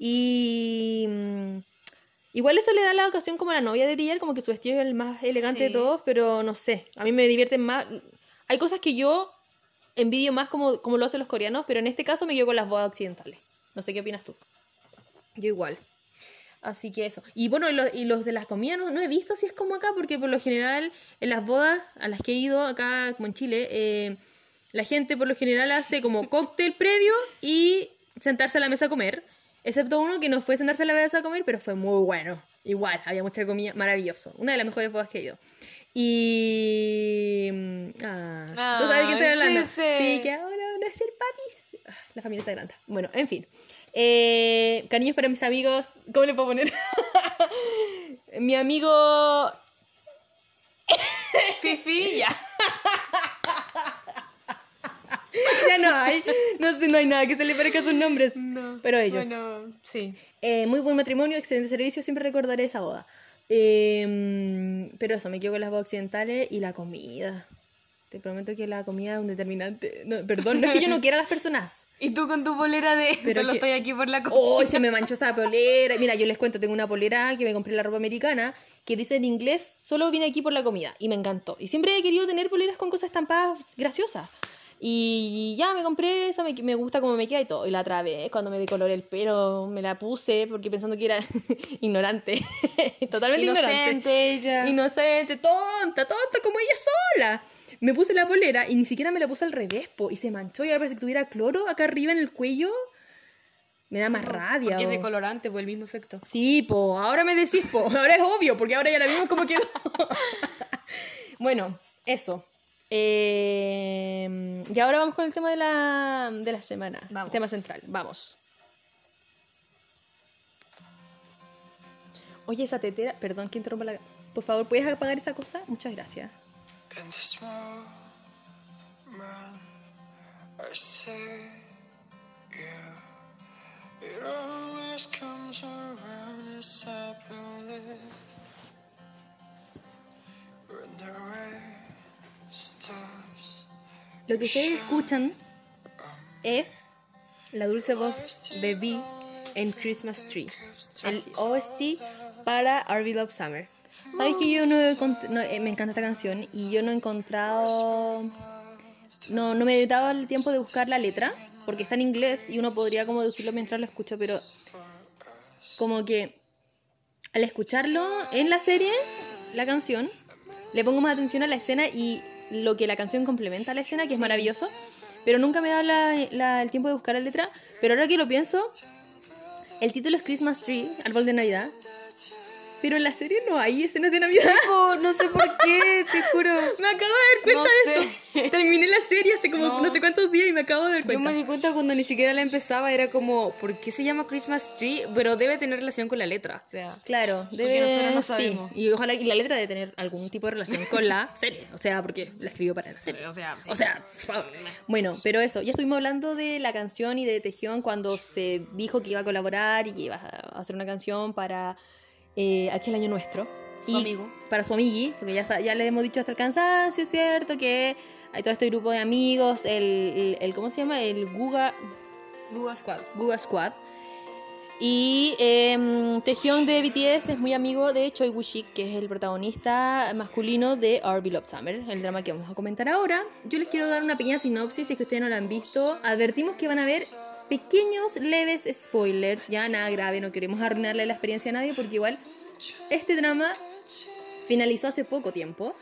Y igual eso le da la ocasión como a la novia de brillar, como que su vestido es el más elegante de Sí. todos, pero no sé, a mí me divierten más. Hay cosas que yo envidio más como lo hacen los coreanos, pero en este caso me quedo con las bodas occidentales. No sé qué opinas tú. Yo igual. Así que eso. Y bueno, y los de las comidas no he visto si es como acá, porque por lo general en las bodas a las que he ido acá, como en Chile, la gente por lo general hace como cóctel previo y sentarse a la mesa a comer. Excepto uno que no fue sentarse a la mesa a comer, pero fue muy bueno. Igual, había mucha comida, maravilloso. Una de las mejores bodas que he ido. Y... ¿tú sabes de quién estoy hablando? sí. Que ahora van a ser papis. La familia Sagranta. Bueno, en fin. Cariños para mis amigos. ¿Cómo le puedo poner? Mi amigo... Fifi, ya. Ya no hay. No sé, no hay nada que se le parezca a sus nombres. No. Pero ellos. Bueno, sí. Muy buen matrimonio, excelente servicio, siempre recordaré esa boda. Pero eso, me quedo con las bodas occidentales y la comida. Te prometo que la comida es un determinante. No, perdón, no es que yo no quiera a las personas. Y tú con tu polera de Pero solo que- estoy aquí por la comida. ¡Oh! Se me manchó esa polera. Mira, yo les cuento, tengo una polera que me compré en la ropa americana que dice en inglés, solo vine aquí por la comida. Y me encantó. Y siempre he querido tener poleras con cosas estampadas graciosas. Y ya me compré esa, me gusta cómo me queda y todo. Y la otra vez, cuando me decoloré el pelo, me la puse porque pensando que era ignorante. Totalmente ignorante. Inocente ella. Inocente, tonta como ella sola. Me puse la polera y ni siquiera me la puse al revés, po, y se manchó y ahora parece que tuviera cloro acá arriba en el cuello. Me da más rabia. Porque es po. decolorante, pues el mismo efecto. Sí, po, ahora me decís, po, ahora es obvio, porque ahora ya la vimos como quedó. Bueno, eso. Y ahora vamos con el tema de la semana. Vamos. El tema central, vamos. Oye, esa tetera, perdón que interrumpa la... Por favor, ¿puedes apagar esa cosa? Muchas gracias. In this moment, I say you. It always comes around this happy live. When the rain stops. Lo que ustedes escuchan es La dulce voz de Vi en Christmas Tree. El OST para RV Love Summer. ¿Sabes que yo me encanta esta canción y yo no he encontrado... No me he dado el tiempo de buscar la letra, porque está en inglés y uno podría como decirlo mientras lo escucho, pero como que al escucharlo en la serie, la canción, le pongo más atención a la escena y lo que la canción complementa a la escena, que es maravilloso, pero nunca me he dado el tiempo de buscar la letra. Pero ahora que lo pienso, el título es Christmas Tree, árbol de Navidad. Pero en la serie no hay escenas de Navidad. No sé por qué, te juro. Me acabo de dar cuenta No de sé. eso. Terminé la serie hace como No. no sé cuántos días y me acabo de dar Yo cuenta. me di cuenta cuando ni siquiera la empezaba, era como, ¿por qué se llama Christmas Tree? Pero debe tener relación con la letra. O sea, Claro, Porque nosotros no sí. sabemos. Y ojalá y la letra debe tener algún tipo de relación con la serie. O sea, porque la escribió para la serie. o sea, sí. O sea, por favor. Bueno, pero eso, ya estuvimos hablando de la canción y de Tejión cuando se dijo que iba a colaborar y que iba a hacer una canción para aquel año nuestro. Su amigo. Para su amigui, porque ya le hemos dicho hasta el cansancio, ¿cierto? Que hay todo este grupo de amigos, el ¿cómo se llama? El Guga Squad. Y Taehyung de BTS es muy amigo de Choi Woo-sik, que es el protagonista masculino de RV Love Summer, el drama que vamos a comentar ahora. Yo les quiero dar una pequeña sinopsis, si es que ustedes no la han visto. Advertimos que van a haber pequeños, leves spoilers, ya nada grave, no queremos arruinarle la experiencia a nadie, porque igual este drama finalizó hace poco tiempo.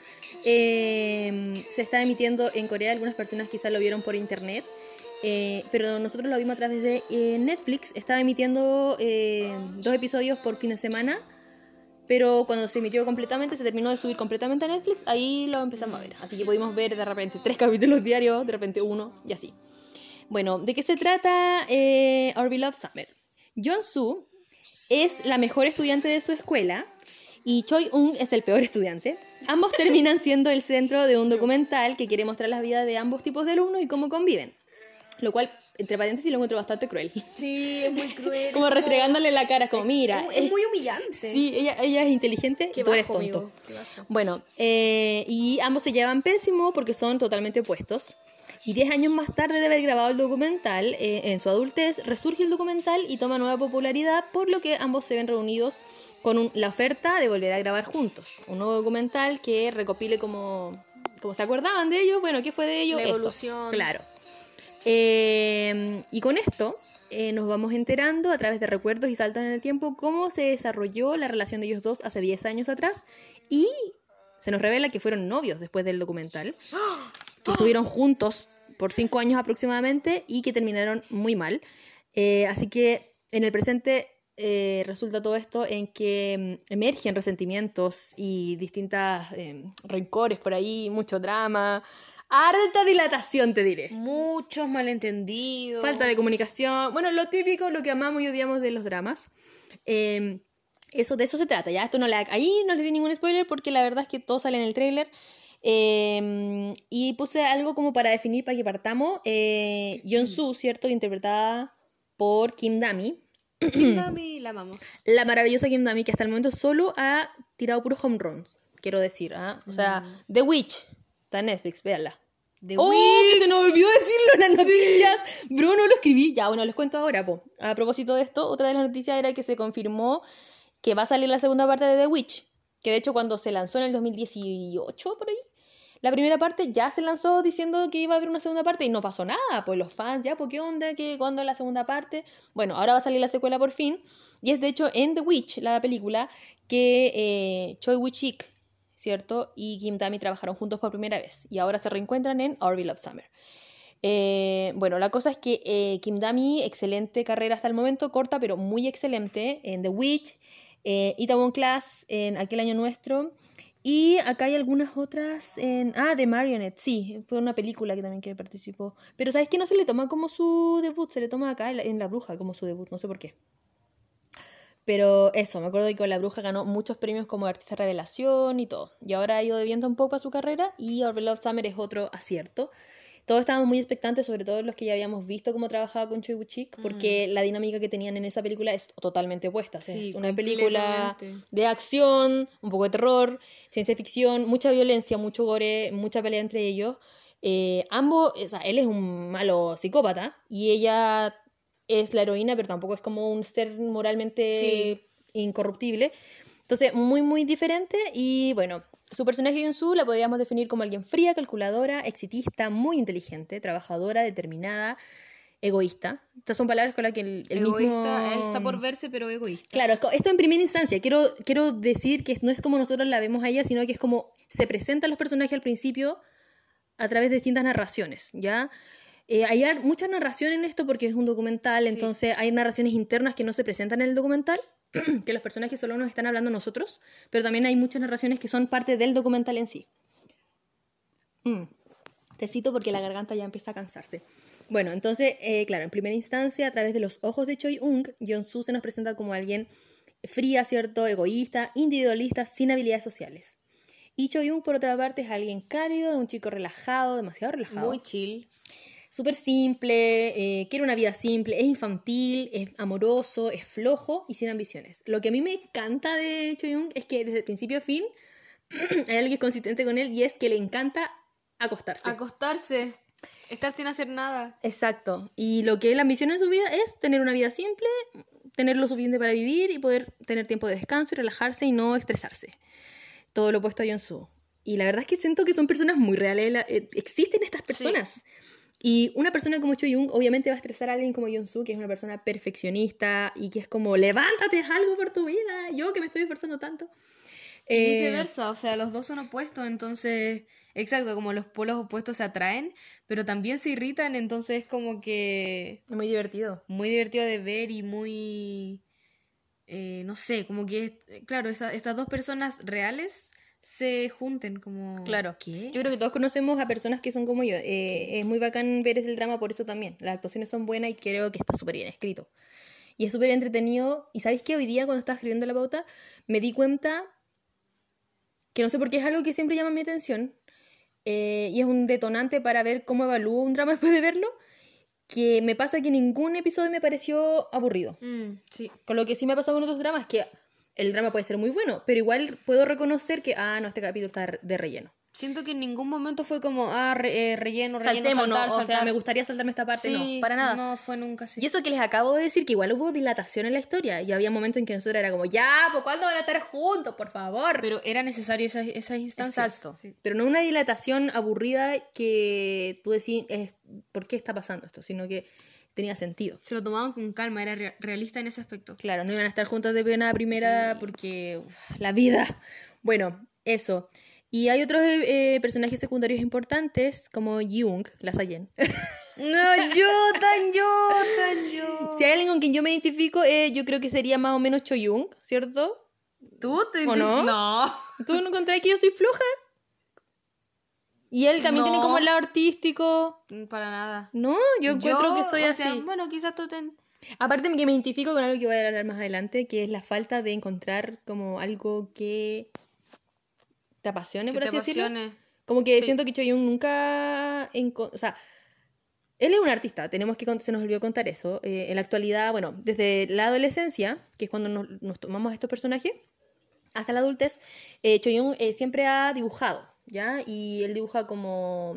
Se está emitiendo en Corea, algunas personas quizás lo vieron por internet. Pero nosotros lo vimos a través de Netflix. Estaba emitiendo 2 episodios por fin de semana, pero cuando se emitió completamente, se terminó de subir completamente a Netflix, ahí lo empezamos a ver. Así que pudimos ver de repente 3 capítulos diarios, de repente 1 y así. Bueno, ¿de qué se trata RV Love Summer? Jeonsu es la mejor estudiante de su escuela y Choi-un es el peor estudiante. Ambos terminan siendo el centro de un documental que quiere mostrar las vidas de ambos tipos de alumnos y cómo conviven. Lo cual, entre paréntesis, lo encuentro bastante cruel. Sí, es muy cruel. Como restregándole la cara, como mira. Es muy humillante. Sí, ella es inteligente, Qué tú eres bajo, tonto. amigo, qué bajo. Bueno, y ambos se llevan pésimo porque son totalmente opuestos. Y 10 años más tarde de haber grabado el documental, en su adultez, resurge el documental y toma nueva popularidad, por lo que ambos se ven reunidos con la oferta de volver a grabar juntos. Un nuevo documental que recopile como se acordaban de ellos. Bueno, ¿qué fue de ellos? La Esto. evolución. Claro. Y con esto nos vamos enterando a través de recuerdos y saltos en el tiempo cómo se desarrolló la relación de ellos dos hace 10 años atrás, y se nos revela que fueron novios después del documental, que estuvieron juntos por 5 años aproximadamente y que terminaron muy mal. Así que en el presente resulta todo esto en que emergen resentimientos y distintas rencores por ahí, mucho drama. Harta dilatación, te diré. Muchos malentendidos. Falta de comunicación. Bueno, lo típico, lo que amamos y odiamos de los dramas. Eso, de eso se trata, ¿ya? Ahí no les di ningún spoiler porque la verdad es que todo sale en el tráiler. Y puse algo como para definir, para que partamos. Yeon-soo, ¿cierto? Interpretada por Kim Dami. Kim Dami, la amamos. La maravillosa Kim Dami, que hasta el momento solo ha tirado puros home runs, quiero decir. ¿Ah? O sea, The Witch. Está en Netflix, véanla. The ¡Oh! Witch. Que se nos olvidó decirlo en las noticias. Bruno lo escribí. Ya, bueno, les cuento ahora, po. A propósito de esto, otra de las noticias era que se confirmó que va a salir la segunda parte de The Witch. Que de hecho cuando se lanzó en el 2018, por ahí, la primera parte ya se lanzó diciendo que iba a haber una segunda parte y no pasó nada. Pues los fans, ya, ¿por qué onda? ¿Cuándo es la segunda parte? Bueno, ahora va a salir la secuela por fin. Y es de hecho en The Witch, la película, que Choi Woo-sik, ¿cierto? Y Kim Dami trabajaron juntos por primera vez. Y ahora se reencuentran en Our Beloved Summer. Bueno, la cosa es que Kim Dami, excelente carrera hasta el momento, corta pero muy excelente en The Witch, Itaewon Class, en Aquel Año Nuestro. Y acá hay algunas otras en... The Marionette, sí, fue una película que también que participó. Pero ¿sabes qué? No se le toma como su debut, se le toma acá en La Bruja como su debut, no sé por qué. Pero eso, me acuerdo que con La Bruja ganó muchos premios como artista revelación y todo. Y ahora ha ido debiendo un poco a su carrera y Our Beloved Summer es otro acierto. Todos estábamos muy expectantes, sobre todo los que ya habíamos visto cómo trabajaba con Choi Woo-sik, porque la dinámica que tenían en esa película es totalmente opuesta. O sea, Sí, es una película completamente. de acción, un poco de terror, ciencia ficción, mucha violencia, mucho gore, mucha pelea entre ellos. Ambos, o sea, él es un malo psicópata y ella es la heroína, pero tampoco es como un ser moralmente incorruptible. Entonces, muy, muy diferente. Y bueno, su personaje Yeon-soo la podríamos definir como alguien fría, calculadora, exitista, muy inteligente, trabajadora, determinada, egoísta. Estas son palabras con las que el Egoísta, mismo... está por verse, pero egoísta. Claro, esto en primera instancia. Quiero decir que no es como nosotros la vemos a ella, sino que es como se presentan los personajes al principio a través de distintas narraciones, ¿ya? Hay mucha narración en esto porque es un documental, entonces hay narraciones internas que no se presentan en el documental, que los personajes solo nos están hablando nosotros, pero también hay muchas narraciones que son parte del documental en sí. Te cito porque la garganta ya empieza a cansarse. Bueno, entonces, claro, en primera instancia, a través de los ojos de Choi Ung, Yeon-soo se nos presenta como alguien fría, ¿cierto? Egoísta, individualista, sin habilidades sociales. Y Choi Ung, por otra parte, es alguien cálido, un chico relajado, demasiado relajado. Muy chill. Súper simple, quiere una vida simple, es infantil, es amoroso, es flojo y sin ambiciones. Lo que a mí me encanta de Choi Ung es que desde el principio a fin hay algo que es consistente con él y es que le encanta acostarse. Acostarse. Estar sin hacer nada. Exacto. Y lo que él ambiciona en su vida es tener una vida simple, tener lo suficiente para vivir y poder tener tiempo de descanso y relajarse y no estresarse. Todo lo opuesto a Yeon-soo. Y la verdad es que siento que son personas muy reales. Existen estas personas. Sí. Y una persona como Choi Ung obviamente va a estresar a alguien como Yeon-soo, que es una persona perfeccionista y que es como, levántate, haz algo por tu vida, yo que me estoy esforzando tanto. Y viceversa, o sea, los dos son opuestos, entonces, exacto, como los polos opuestos se atraen, pero también se irritan, entonces es como que... Es muy divertido. Muy divertido de ver y muy... no sé, como que, claro, estas dos personas reales se junten como... Claro. ¿Qué? Yo creo que todos conocemos a personas que son como yo. Es muy bacán ver el drama por eso también. Las actuaciones son buenas y creo que está súper bien escrito. Y es súper entretenido. Y ¿sabéis qué? Hoy día cuando estaba escribiendo la pauta me di cuenta que no sé por qué es algo que siempre llama mi atención. Y es un detonante para ver cómo evalúo un drama después de verlo. Que me pasa que ningún episodio me pareció aburrido. Sí. Con lo que sí me ha pasado con otros dramas, que el drama puede ser muy bueno, pero igual puedo reconocer que, no, este capítulo está de relleno. Siento que en ningún momento fue como, relleno, Saltémonos, saltar. o sea, me gustaría saltarme esta parte, Sí, no, para nada. No fue nunca así. Y eso que les acabo de decir, que igual hubo dilatación en la historia, y había momentos en que nosotros era como, ya, pues ¿cuándo van a estar juntos, por favor? Pero era necesario esas instancias. Exacto, Sí. pero no una dilatación aburrida que tú decís, ¿por qué está pasando esto? Sino que tenía sentido. Se lo tomaban con calma, era realista en ese aspecto. Claro, no iban a estar juntos de primera a primera porque la vida. Bueno, eso. Y hay otros personajes secundarios importantes como Young, la Sayen. No, tan yo. Si hay alguien con quien yo me identifico, yo creo que sería más o menos Choyoung, ¿cierto? ¿Tú te ¿O no? No. ¿Tú no encontrás que yo soy floja? Y él también No. tiene como el lado artístico. Para nada. No, yo encuentro que soy o así. sea, bueno, quizás tú Aparte que me identifico con algo que voy a hablar más adelante, que es la falta de encontrar como algo que te apasione, Que por te así decirlo. apasione. Como que Sí. siento que Choyun nunca... O sea, él es un artista, se nos olvidó contar eso. En la actualidad, bueno, desde la adolescencia, que es cuando nos tomamos a estos personajes, hasta la adultez, Choyun siempre ha dibujado, ¿ya? Y él dibuja como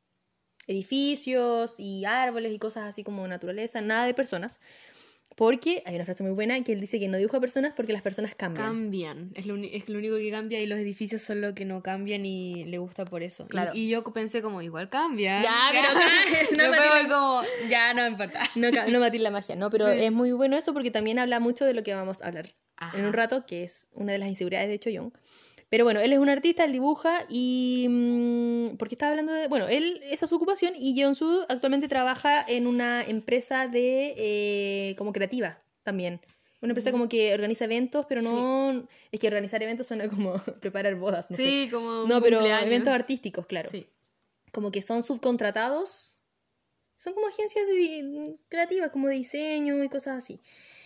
edificios y árboles y cosas así como naturaleza, nada de personas. Porque hay una frase muy buena que él dice que no dibuja personas porque las personas cambian. Cambian, es lo único que cambia y los edificios son lo que no cambian y le gusta por eso. Claro. Y yo pensé como, igual cambian. Ya, pero no, Después Matilda. voy como, ya no importa. No batir la magia, ¿no? Pero Sí. es muy bueno eso porque también habla mucho de lo que vamos a hablar Ajá. en un rato, que es una de las inseguridades de Choyun. Pero bueno, él es un artista, él dibuja y... porque estaba hablando de... Bueno, él, esa es su ocupación y Jeonsu actualmente trabaja en una empresa de... como creativa también. Una empresa como que organiza eventos, pero no... Es que organizar eventos suena como preparar bodas, no sé. Sí, como un No, pero cumpleaños. eventos artísticos, claro. Sí. Como que son subcontratados. Son como agencias creativas, como de diseño y cosas así.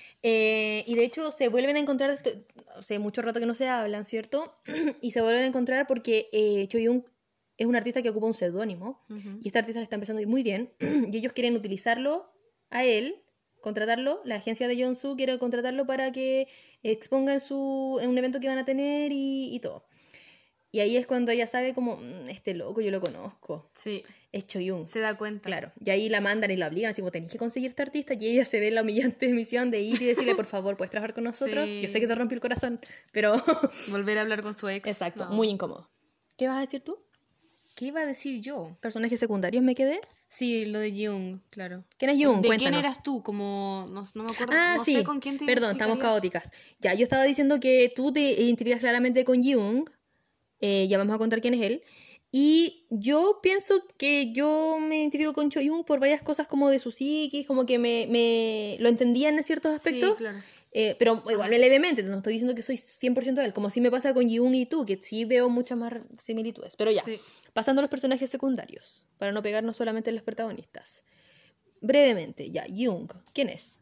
Y de hecho se vuelven a encontrar, hace mucho rato que no se hablan, ¿cierto? Y se vuelven a encontrar porque Choyun es un artista que ocupa un seudónimo. Ujú. Y este artista le está empezando a ir muy bien. Y ellos quieren utilizarlo a él, contratarlo. La agencia de Jeonsu quiere contratarlo para que exponga en un evento que van a tener y todo. Y ahí es cuando ella sabe como, este loco yo lo conozco. Sí, Es Choyun. se da cuenta. Claro, y ahí la mandan y la obligan, así como tenéis que conseguir este artista, y ella se ve la humillante misión de ir y decirle, por favor, ¿puedes trabajar con nosotros? Sí. Yo sé que te rompió el corazón, pero... Volver a hablar con su ex. Exacto, No. muy incómodo. ¿Qué vas a decir tú? ¿Qué iba a decir yo? ¿Personajes secundarios me quedé? Sí, lo de Jung, claro. ¿Quién es Jung? ¿De Cuéntanos. quién eras tú? Como, no me acuerdo. Ah, no sí, sé con quién te perdón, estamos identificarías. caóticas. Ya, yo estaba diciendo que tú te identificas claramente con Jung, ya vamos a contar quién es él, y yo pienso que yo me identifico con Choyun por varias cosas como de su psiquis, como que me lo entendía en ciertos aspectos, Sí, claro. pero igual levemente, no estoy diciendo que soy 100% de él, como sí me pasa con Jung y tú, que sí veo muchas más similitudes, pero ya, Sí. pasando a los personajes secundarios, para no pegarnos solamente en los protagonistas. Brevemente, ya, Jung, ¿quién es?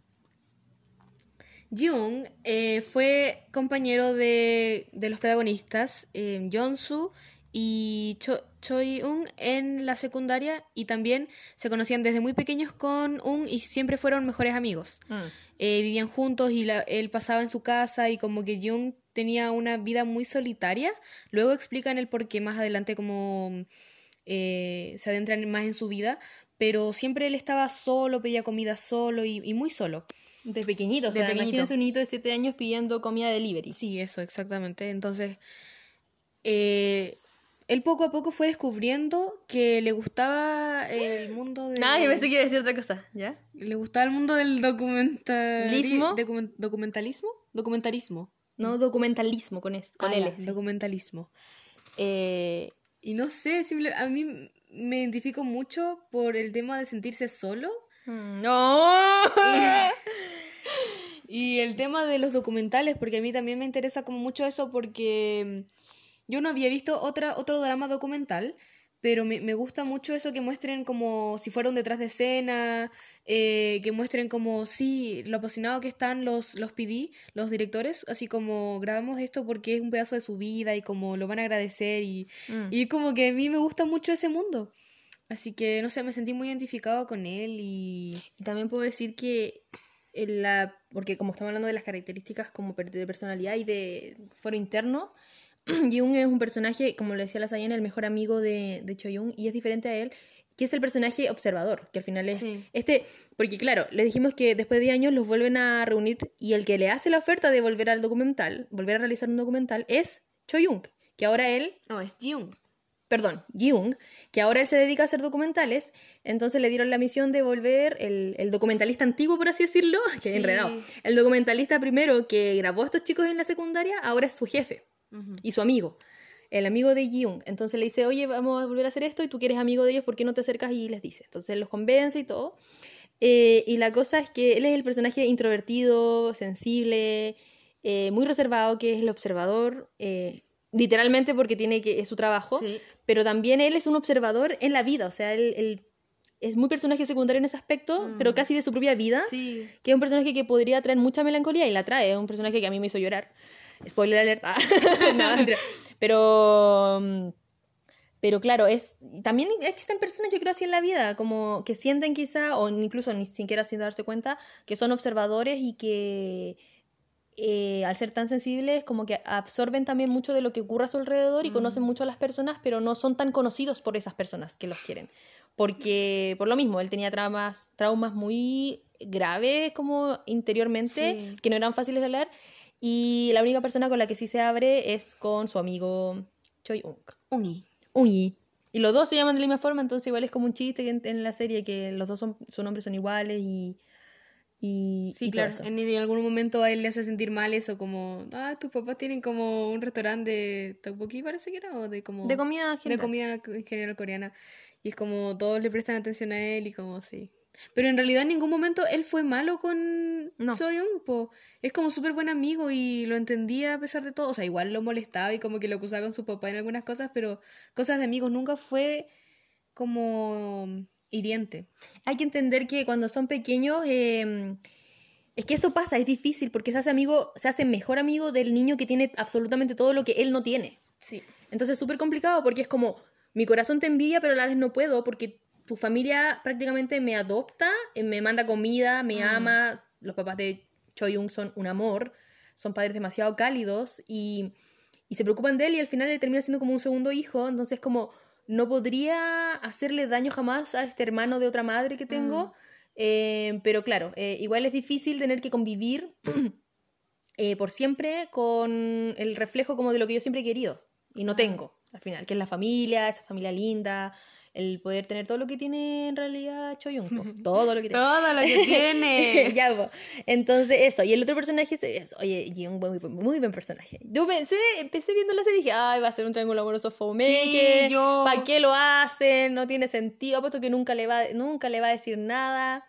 Jung fue compañero de los protagonistas, Jonsu y Choi-un en la secundaria y también se conocían desde muy pequeños con Un y siempre fueron mejores amigos. Vivían juntos y él pasaba en su casa y como que Jung tenía una vida muy solitaria. Luego explican el por qué más adelante como se adentran más en su vida, pero siempre él estaba solo, pedía comida solo y muy solo. De pequeñito, o De sea, pequeñito. imagínense un niñito de 7 años pidiendo comida delivery. Sí, eso, exactamente. Entonces, él poco a poco fue descubriendo que le gustaba el mundo de... Nada, yo pensé que iba a decir otra cosa, ¿ya? Le gustaba el mundo del ¿Lismo? documentalismo. Documentarismo. No, documentalismo con Ah, L. ya, sí. documentalismo. Y no sé, a mí me identifico mucho por el tema de sentirse solo. ¡No! Y el tema de los documentales, porque a mí también me interesa como mucho eso, porque yo no había visto otro drama documental, pero me gusta mucho eso que muestren como si fuera un detrás de escena, que muestren como, sí, lo apasionado que están los PD, los directores, así como grabamos esto porque es un pedazo de su vida y como lo van a agradecer y como que a mí me gusta mucho ese mundo. Así que, no sé, me sentí muy identificado con él y... Y también puedo decir que porque como estamos hablando de las características como de personalidad y de fuero interno, Jung es un personaje, como le decía la Sayana, el mejor amigo de Choyun, y es diferente a él, que es el personaje observador, que al final es Sí. porque claro, le dijimos que después de 10 años los vuelven a reunir y el que le hace la oferta de volver al documental, volver a realizar un documental, es Choyun, que ahora él, No, es Jung. perdón, Jung, que ahora él se dedica a hacer documentales, entonces le dieron la misión de volver el documentalista antiguo, por así decirlo, que Sí. enredado, el documentalista primero que grabó a estos chicos en la secundaria, ahora es su jefe y su amigo, el amigo de Jung. Entonces le dice, oye, vamos a volver a hacer esto y tú que eres amigo de ellos, ¿por qué no te acercas? Y les dice. Entonces los convence y todo. Y la cosa es que él es el personaje introvertido, sensible, muy reservado, que es el observador, literalmente porque es su trabajo, Sí. pero también él es un observador en la vida, o sea, él es muy personaje secundario en ese aspecto, pero casi de su propia vida. Sí. Que es un personaje que podría traer mucha melancolía y la trae. Es un personaje que a mí me hizo llorar. Spoiler alert. No, mentira. Pero claro, también existen personas, yo creo, así en la vida, como que sienten quizá, o incluso ni siquiera sin darse cuenta, que son observadores y que al ser tan sensibles, como que absorben también mucho de lo que ocurre a su alrededor y conocen mucho a las personas, pero no son tan conocidos por esas personas que los quieren. Porque, por lo mismo, él tenía traumas muy graves como interiormente, Sí. que no eran fáciles de hablar, y la única persona con la que sí se abre es con su amigo Choi-ung. Uni. Uy. Y los dos se llaman de la misma forma, entonces igual es como un chiste en la serie que los dos su nombres son iguales y Sí, y todo claro. eso. En algún momento a él le hace sentir mal eso, como, tus papás tienen como un restaurante de tteokbokki, parece que era, o de como... De comida De general. comida en general coreana. Y es como todos le prestan atención a él y como sí. Pero en realidad en ningún momento él fue malo con No. Soyoung, po. Es como súper buen amigo y lo entendía a pesar de todo. O sea, igual lo molestaba y como que lo acusaba con su papá en algunas cosas, pero cosas de amigos nunca fue como hiriente. Hay que entender que cuando son pequeños, es que eso pasa, es difícil, porque se hace mejor amigo del niño que tiene absolutamente todo lo que él no tiene. Sí. Entonces es súper complicado porque es como, mi corazón te envidia, pero a la vez no puedo porque tu familia prácticamente me adopta, me manda comida, me ama. Los papás de Choyung son un amor, son padres demasiado cálidos y se preocupan de él y al final le termina siendo como un segundo hijo. Entonces como no podría hacerle daño jamás a este hermano de otra madre que tengo. Pero claro, igual es difícil tener que convivir por siempre con el reflejo como de lo que yo siempre he querido y no tengo al final, que es la familia, esa familia linda, el poder tener todo lo que tiene en realidad Choyung, po, todo lo que tiene. Todo lo que tiene. Ya, po. Entonces eso, y el otro personaje oye, y un muy buen personaje. Yo empecé viendo la serie y dije, ay, va a ser un triángulo amoroso fome, Sí, yo- ¿para qué lo hacen? No tiene sentido, apuesto que nunca le va a decir nada.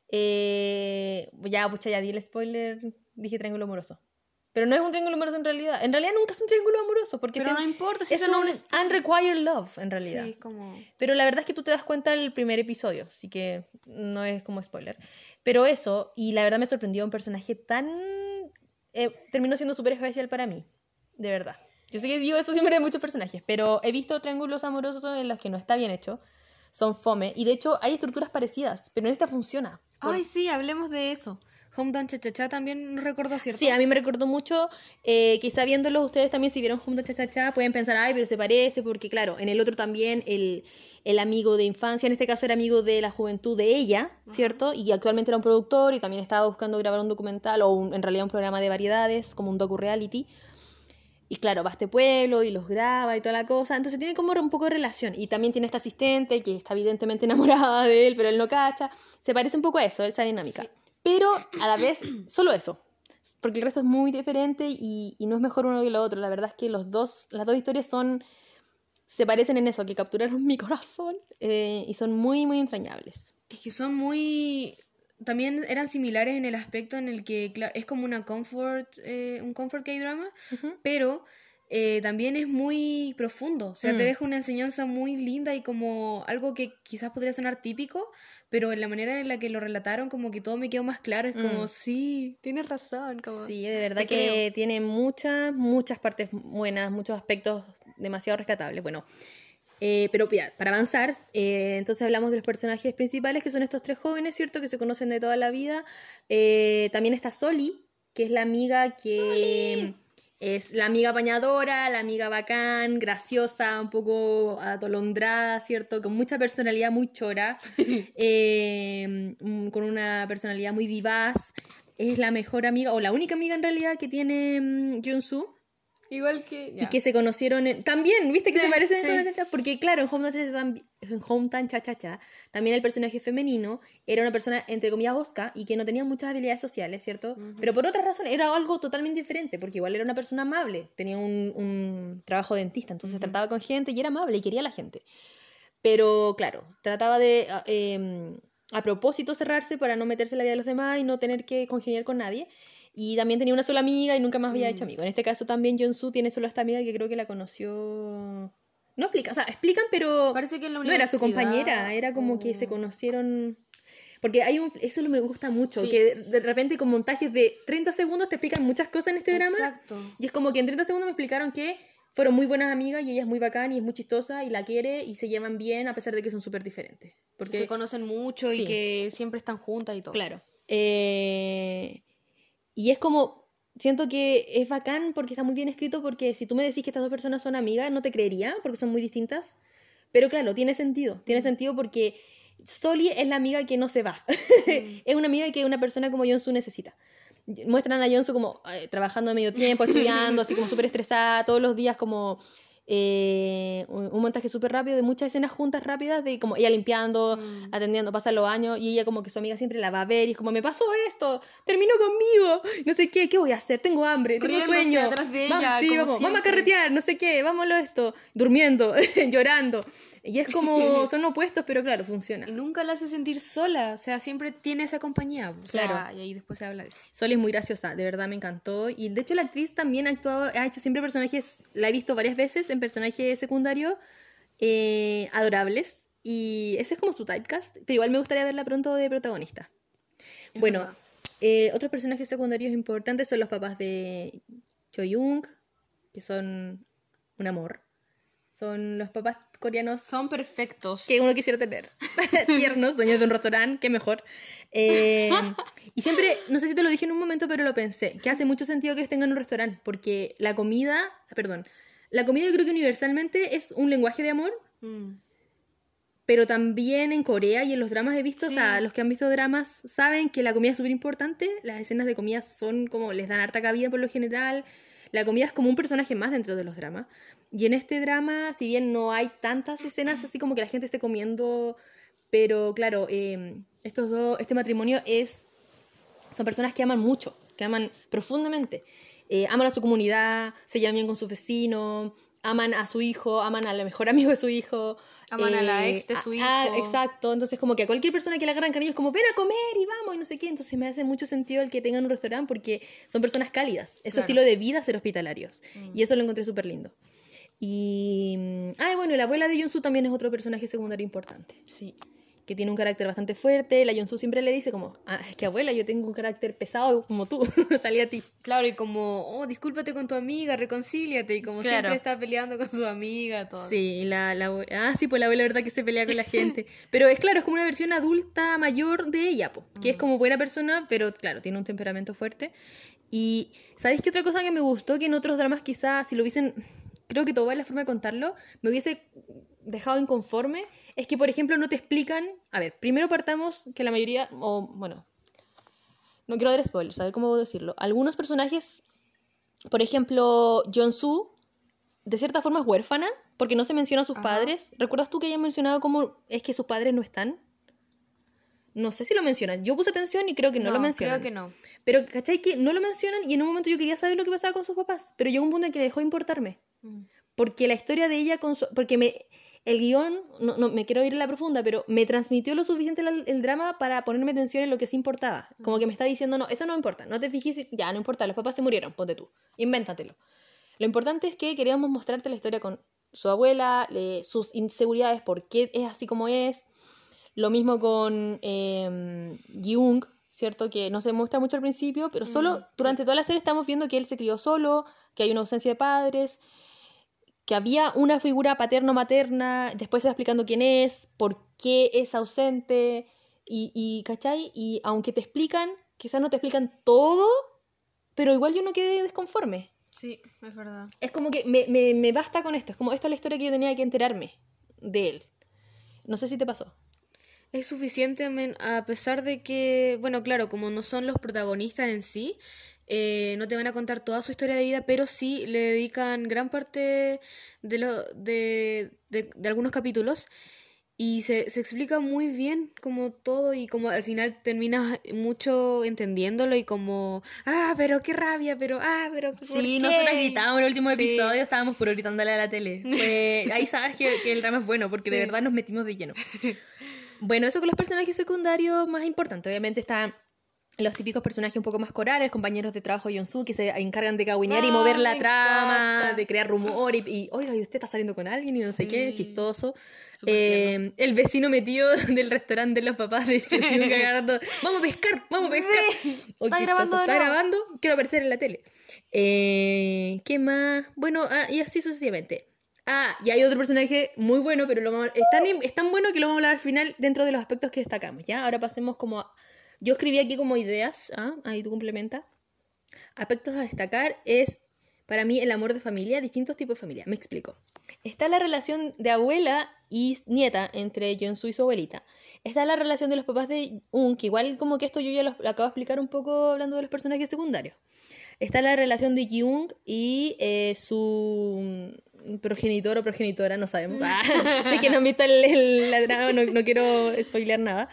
Ya, pucha, ya di el spoiler, dije triángulo amoroso. Pero no es un triángulo amoroso en realidad. En realidad nunca es un triángulo amoroso, porque Pero no importa, si es eso no un es- unrequired love, en realidad. Sí, como... Pero la verdad es que tú te das cuenta el primer episodio, así que no es como spoiler. Pero eso, y la verdad me sorprendió un personaje tan... terminó siendo súper especial para mí, de verdad. Yo sé que digo eso siempre de muchos personajes, pero he visto triángulos amorosos en los que no está bien hecho, son fome, y de hecho hay estructuras parecidas, pero en esta funciona. Ay, sí, hablemos de eso. Hometown Cha-Cha-Cha también nos recordó, ¿cierto? Sí, a mí me recordó mucho, quizá viéndolo ustedes también, si vieron Juntos Cha Cha Cha, pueden pensar, ay, pero se parece, porque claro, en el otro también el amigo de infancia, en este caso era amigo de la juventud de ella, ¿cierto? Y actualmente era un productor y también estaba buscando grabar un documental o en realidad un programa de variedades, como un docu-reality. Y claro, va a este pueblo y los graba y toda la cosa. Entonces tiene como un poco de relación. Y también tiene esta asistente que está evidentemente enamorada de él, pero él no cacha. Se parece un poco a eso, esa dinámica. Sí. Pero a la vez, solo eso. Porque el resto es muy diferente y no es mejor uno que lo otro. La verdad es que las dos historias se parecen en eso, que capturaron mi corazón y son muy, muy entrañables. Es que son muy... También eran similares en el aspecto en el que, claro, es como un comfort K-drama, pero también es muy profundo. O sea, te deja una enseñanza muy linda y como algo que quizás podría sonar típico, pero en la manera en la que lo relataron, como que todo me quedó más claro. Es como, sí, tienes razón. Como, Sí, de verdad te que creo. tiene muchas, muchas partes buenas, muchos aspectos demasiado rescatables. Bueno, pero ya, para avanzar, entonces hablamos de los personajes principales, que son estos tres jóvenes, ¿cierto? Que se conocen de toda la vida. También está Soli, que es la amiga que... Es la amiga apañadora, la amiga bacán, graciosa, un poco atolondrada, ¿cierto? Con mucha personalidad muy chora, con una personalidad muy vivaz. Es la mejor amiga, o la única amiga en realidad que tiene Junsu. Igual que... Y que se conocieron también, ¿viste? Que se parecen sí. en Hometown Cha-Cha-Cha? Porque claro, en Hometown Cha-Cha-Cha también el personaje femenino era una persona, entre comillas, osca y que no tenía muchas habilidades sociales, ¿cierto? Pero por otra razón era algo totalmente diferente, porque igual era una persona amable, tenía un trabajo de dentista, entonces trataba con gente y era amable y quería a la gente. Pero claro, trataba de a propósito cerrarse para no meterse en la vida de los demás y no tener que congeniar con nadie. Y también tenía una sola amiga y nunca más había hecho amigo. En este caso también Jonsu tiene solo esta amiga que creo que la conoció No explican, o sea, explican, pero Parece que en la no era su universidad, compañera, era como que se conocieron. Porque eso me gusta mucho, Sí. que de repente con montajes de 30 segundos te explican muchas cosas en este drama. Exacto. Y es como que en 30 segundos me explicaron que fueron muy buenas amigas y ella es muy bacán y es muy chistosa y la quiere y se llevan bien a pesar de que son súper diferentes. Porque Se conocen mucho Sí. y que siempre están juntas y todo. Claro. Y es como, siento que es bacán porque está muy bien escrito, porque si tú me decís que estas dos personas son amigas, no te creería porque son muy distintas. Pero claro, tiene sentido. Tiene sentido porque Soli es la amiga que no se va. Es una amiga que una persona como Yeonsu necesita. Muestran a Yeonsu como trabajando a medio tiempo, estudiando, así como súper estresada, todos los días como un montaje súper rápido de muchas escenas juntas rápidas de como ella limpiando, atendiendo, pasan los años y ella como que su amiga siempre la va a ver y es como me pasó esto, terminó conmigo, no sé qué voy a hacer, tengo hambre, tengo Riéndose sueño, atrás de vamos, ella, sí, como vamos a siempre. carretear, no sé qué, vámonos esto, durmiendo, llorando y es como son opuestos pero claro, funciona. Y nunca la hace sentir sola, o sea, siempre tiene esa compañía. O sea, Claro. y ahí después se habla de eso. Sol es muy graciosa, de verdad me encantó. Y de hecho la actriz también ha hecho siempre personajes, la he visto varias veces en personajes secundarios adorables. Y ese es como su typecast, pero igual me gustaría verla pronto de protagonista. Bueno, verdad. otros personajes secundarios importantes son los papás de Choyung, que son un amor. Son los papás coreanos Son perfectos. que uno quisiera tener. Tiernos, dueños de un restaurante, qué mejor. Y siempre, no sé si te lo dije en un momento, pero lo pensé, que hace mucho sentido que ellos tengan un restaurante, porque la comida yo creo que universalmente es un lenguaje de amor, Mm. pero también en Corea y en los dramas he visto, Sí. o sea, los que han visto dramas saben que la comida es súper importante, las escenas de comida son como, les dan harta cabida por lo general, la comida es como un personaje más dentro de los dramas. Y en este drama, si bien no hay tantas escenas así como que la gente esté comiendo, pero claro, este matrimonio son personas que aman mucho, que aman profundamente. Aman a su comunidad, se llevan bien con sus vecinos, aman a su hijo, aman al mejor amigo de su hijo. Aman a la ex de su hijo. Exacto. Entonces, como que a cualquier persona que le agarran cariño es como, ven a comer y vamos y no sé qué. Entonces, me hace mucho sentido el que tengan un restaurante porque son personas cálidas. Es su Claro. estilo de vida ser hospitalarios. Y eso lo encontré súper lindo. Y. Bueno, la abuela de Yunsu también es otro personaje secundario importante. Sí. Que tiene un carácter bastante fuerte. La Yunsu siempre le dice como, es que abuela, yo tengo un carácter pesado como tú, salí a ti. Claro, y como, oh, discúlpate con tu amiga, reconcíliate. Y como Claro. siempre está peleando con su amiga, todo. Sí, sí, pues la abuela, la verdad que se pelea con la gente. Pero es claro, es como una versión adulta mayor de ella, po, que es como buena persona, pero claro, tiene un temperamento fuerte. Y ¿sabéis qué otra cosa que me gustó? Que en otros dramas quizás, si lo hubiesen, creo que todo es la forma de contarlo, me hubiese dejado inconforme, es que por ejemplo no te explican, a ver, primero partamos que la mayoría, o bueno, no quiero dar spoilers, a ver cómo decirlo, algunos personajes, por ejemplo, Jeonsu, de cierta forma es huérfana, porque no se menciona a sus Ajá. padres. ¿Recuerdas tú que hayan mencionado cómo es que sus padres no están? No sé si lo mencionan. Yo puse atención y creo que no lo mencionan. Creo que no. Pero, ¿cachai? Que no lo mencionan y en un momento yo quería saber lo que pasaba con sus papás. Pero llegó un punto en que le dejó de importarme. Porque la historia de ella con su... Porque el guión, no me quiero ir a la profunda, pero me transmitió lo suficiente el drama para ponerme atención en lo que sí importaba. Como que me está diciendo, no, eso no importa. No te fijes, ya, no importa. Los papás se murieron, ponte tú. Invéntatelo. Lo importante es que queríamos mostrarte la historia con su abuela, sus inseguridades, por qué es así como es. Lo mismo con Jung, ¿cierto? Que no se muestra mucho al principio, pero solo durante toda la serie estamos viendo que él se crió solo, que hay una ausencia de padres, que había una figura paterno-materna, después se va explicando quién es, por qué es ausente, ¿cachai? Y aunque te explican, quizás no te explican todo, pero igual yo no quedé desconforme. Sí, es verdad. Es como que me basta con esto. Es como, esta es la historia que yo tenía que enterarme de él. No sé si te pasó. Es suficiente, a pesar de que, bueno, claro, como no son los protagonistas en sí, no te van a contar toda su historia de vida, pero sí le dedican gran parte de algunos capítulos y se explica muy bien como todo y como al final terminas mucho entendiéndolo y como, pero qué rabia, pero ¿por Sí, qué? nosotras gritábamos en el último Sí. episodio, estábamos puro gritándole a la tele. Ahí sabes que el drama es bueno, porque de Sí. verdad nos metimos de lleno. Bueno, eso con los personajes secundarios más importantes. Obviamente está los típicos personajes un poco más corales, compañeros de trabajo de Yeon-soo, que se encargan de cahuinear y Ah, mover la me trama, encanta. de crear rumor y oiga, ¿y usted está saliendo con alguien? Y no sé qué, Sí. chistoso. Súper El vecino metido del restaurante de los papás de Cheon agarrando, vamos a pescar, vamos a pescar. Oh, Está chistoso, grabando de está nuevo. grabando, quiero aparecer en la tele. ¿Qué más? Bueno, y así sucesivamente. Ah, y hay otro personaje muy bueno, pero es tan bueno que lo vamos a hablar al final dentro de los aspectos que destacamos, ¿ya? Ahora pasemos como yo escribí aquí como ideas, ahí tú complementa. Aspectos a destacar es, para mí, el amor de familia, distintos tipos de familia. Me explico. Está la relación de abuela y nieta entre Yeon-soo y su abuelita. Está la relación de los papás de Un, que igual como que esto yo ya lo acabo de explicar un poco hablando de los personajes secundarios. Está la relación de Ji-Young y su progenitor o progenitora, no sabemos. Sé que no han visto la trama, no quiero spoilear nada.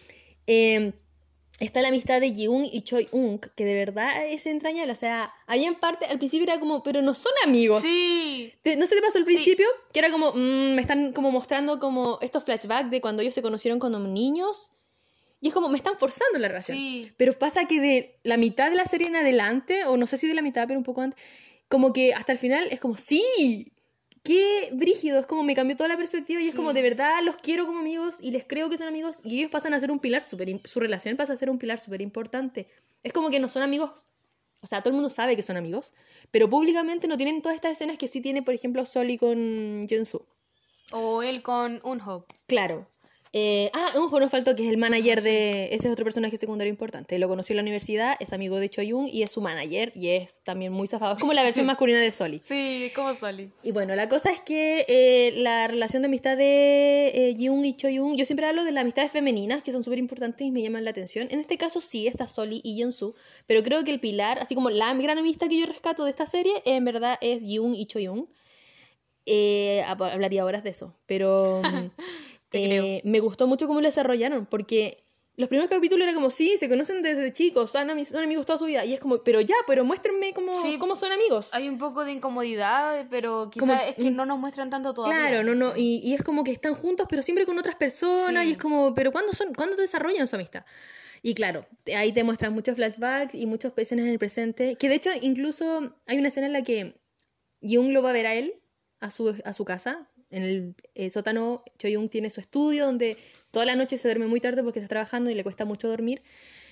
Está la amistad de Ji-Young y Choi-Ung, que de verdad es entrañable. O sea, ahí en parte, al principio era como, pero no son amigos. Sí. ¿No se te pasó al Sí. principio? Que era como, me están como mostrando como estos flashbacks de cuando ellos se conocieron cuando niños. Y es como, me están forzando la relación. Sí. Pero pasa que de la mitad de la serie en adelante, o no sé si de la mitad, pero un poco antes, como que hasta el final es como, sí, qué brígido. Es como, me cambió toda la perspectiva y es Sí. como, de verdad, los quiero como amigos y les creo que son amigos y ellos pasan a ser un pilar su relación pasa a ser un pilar súper importante. Es como que no son amigos. O sea, todo el mundo sabe que son amigos, pero públicamente no tienen todas estas escenas que sí tiene, por ejemplo, Soli con Jeon-soo. O él con Unho. Claro. Eunho nos faltó, que es el manager de... Ese es otro personaje secundario importante. Lo conoció en la universidad, es amigo de Choi-Young y es su manager y es también muy zafado. Es como la versión masculina de Soli. Sí, como Soli. Y bueno, la cosa es que la relación de amistad de Ji-Young y Choi-Young, yo siempre hablo de las amistades femeninas, que son súper importantes y me llaman la atención. En este caso sí, está Soli y Yeon-soo, pero creo que el pilar, así como la gran amistad que yo rescato de esta serie, en verdad es Ji-Young y Choi-Young. Hablaría horas de eso, pero Te creo. me gustó mucho cómo lo desarrollaron, porque los primeros capítulos era como, sí, se conocen desde chicos, son amigos toda su vida, y es como, pero muéstrenme Sí, cómo son amigos. Hay un poco de incomodidad, pero Como- quizás es que no nos muestran tanto todavía. Claro, no, Sí. y es como que están juntos, pero siempre con otras personas, Sí. y es como, pero ¿cuándo desarrollan su amistad? Y claro, ahí te muestran muchos flashbacks y muchas escenas en el presente, que de hecho incluso hay una escena en la que Young lo va a ver a él, a su casa, en el sótano. Choi-Young tiene su estudio donde toda la noche se duerme muy tarde porque está trabajando y le cuesta mucho dormir.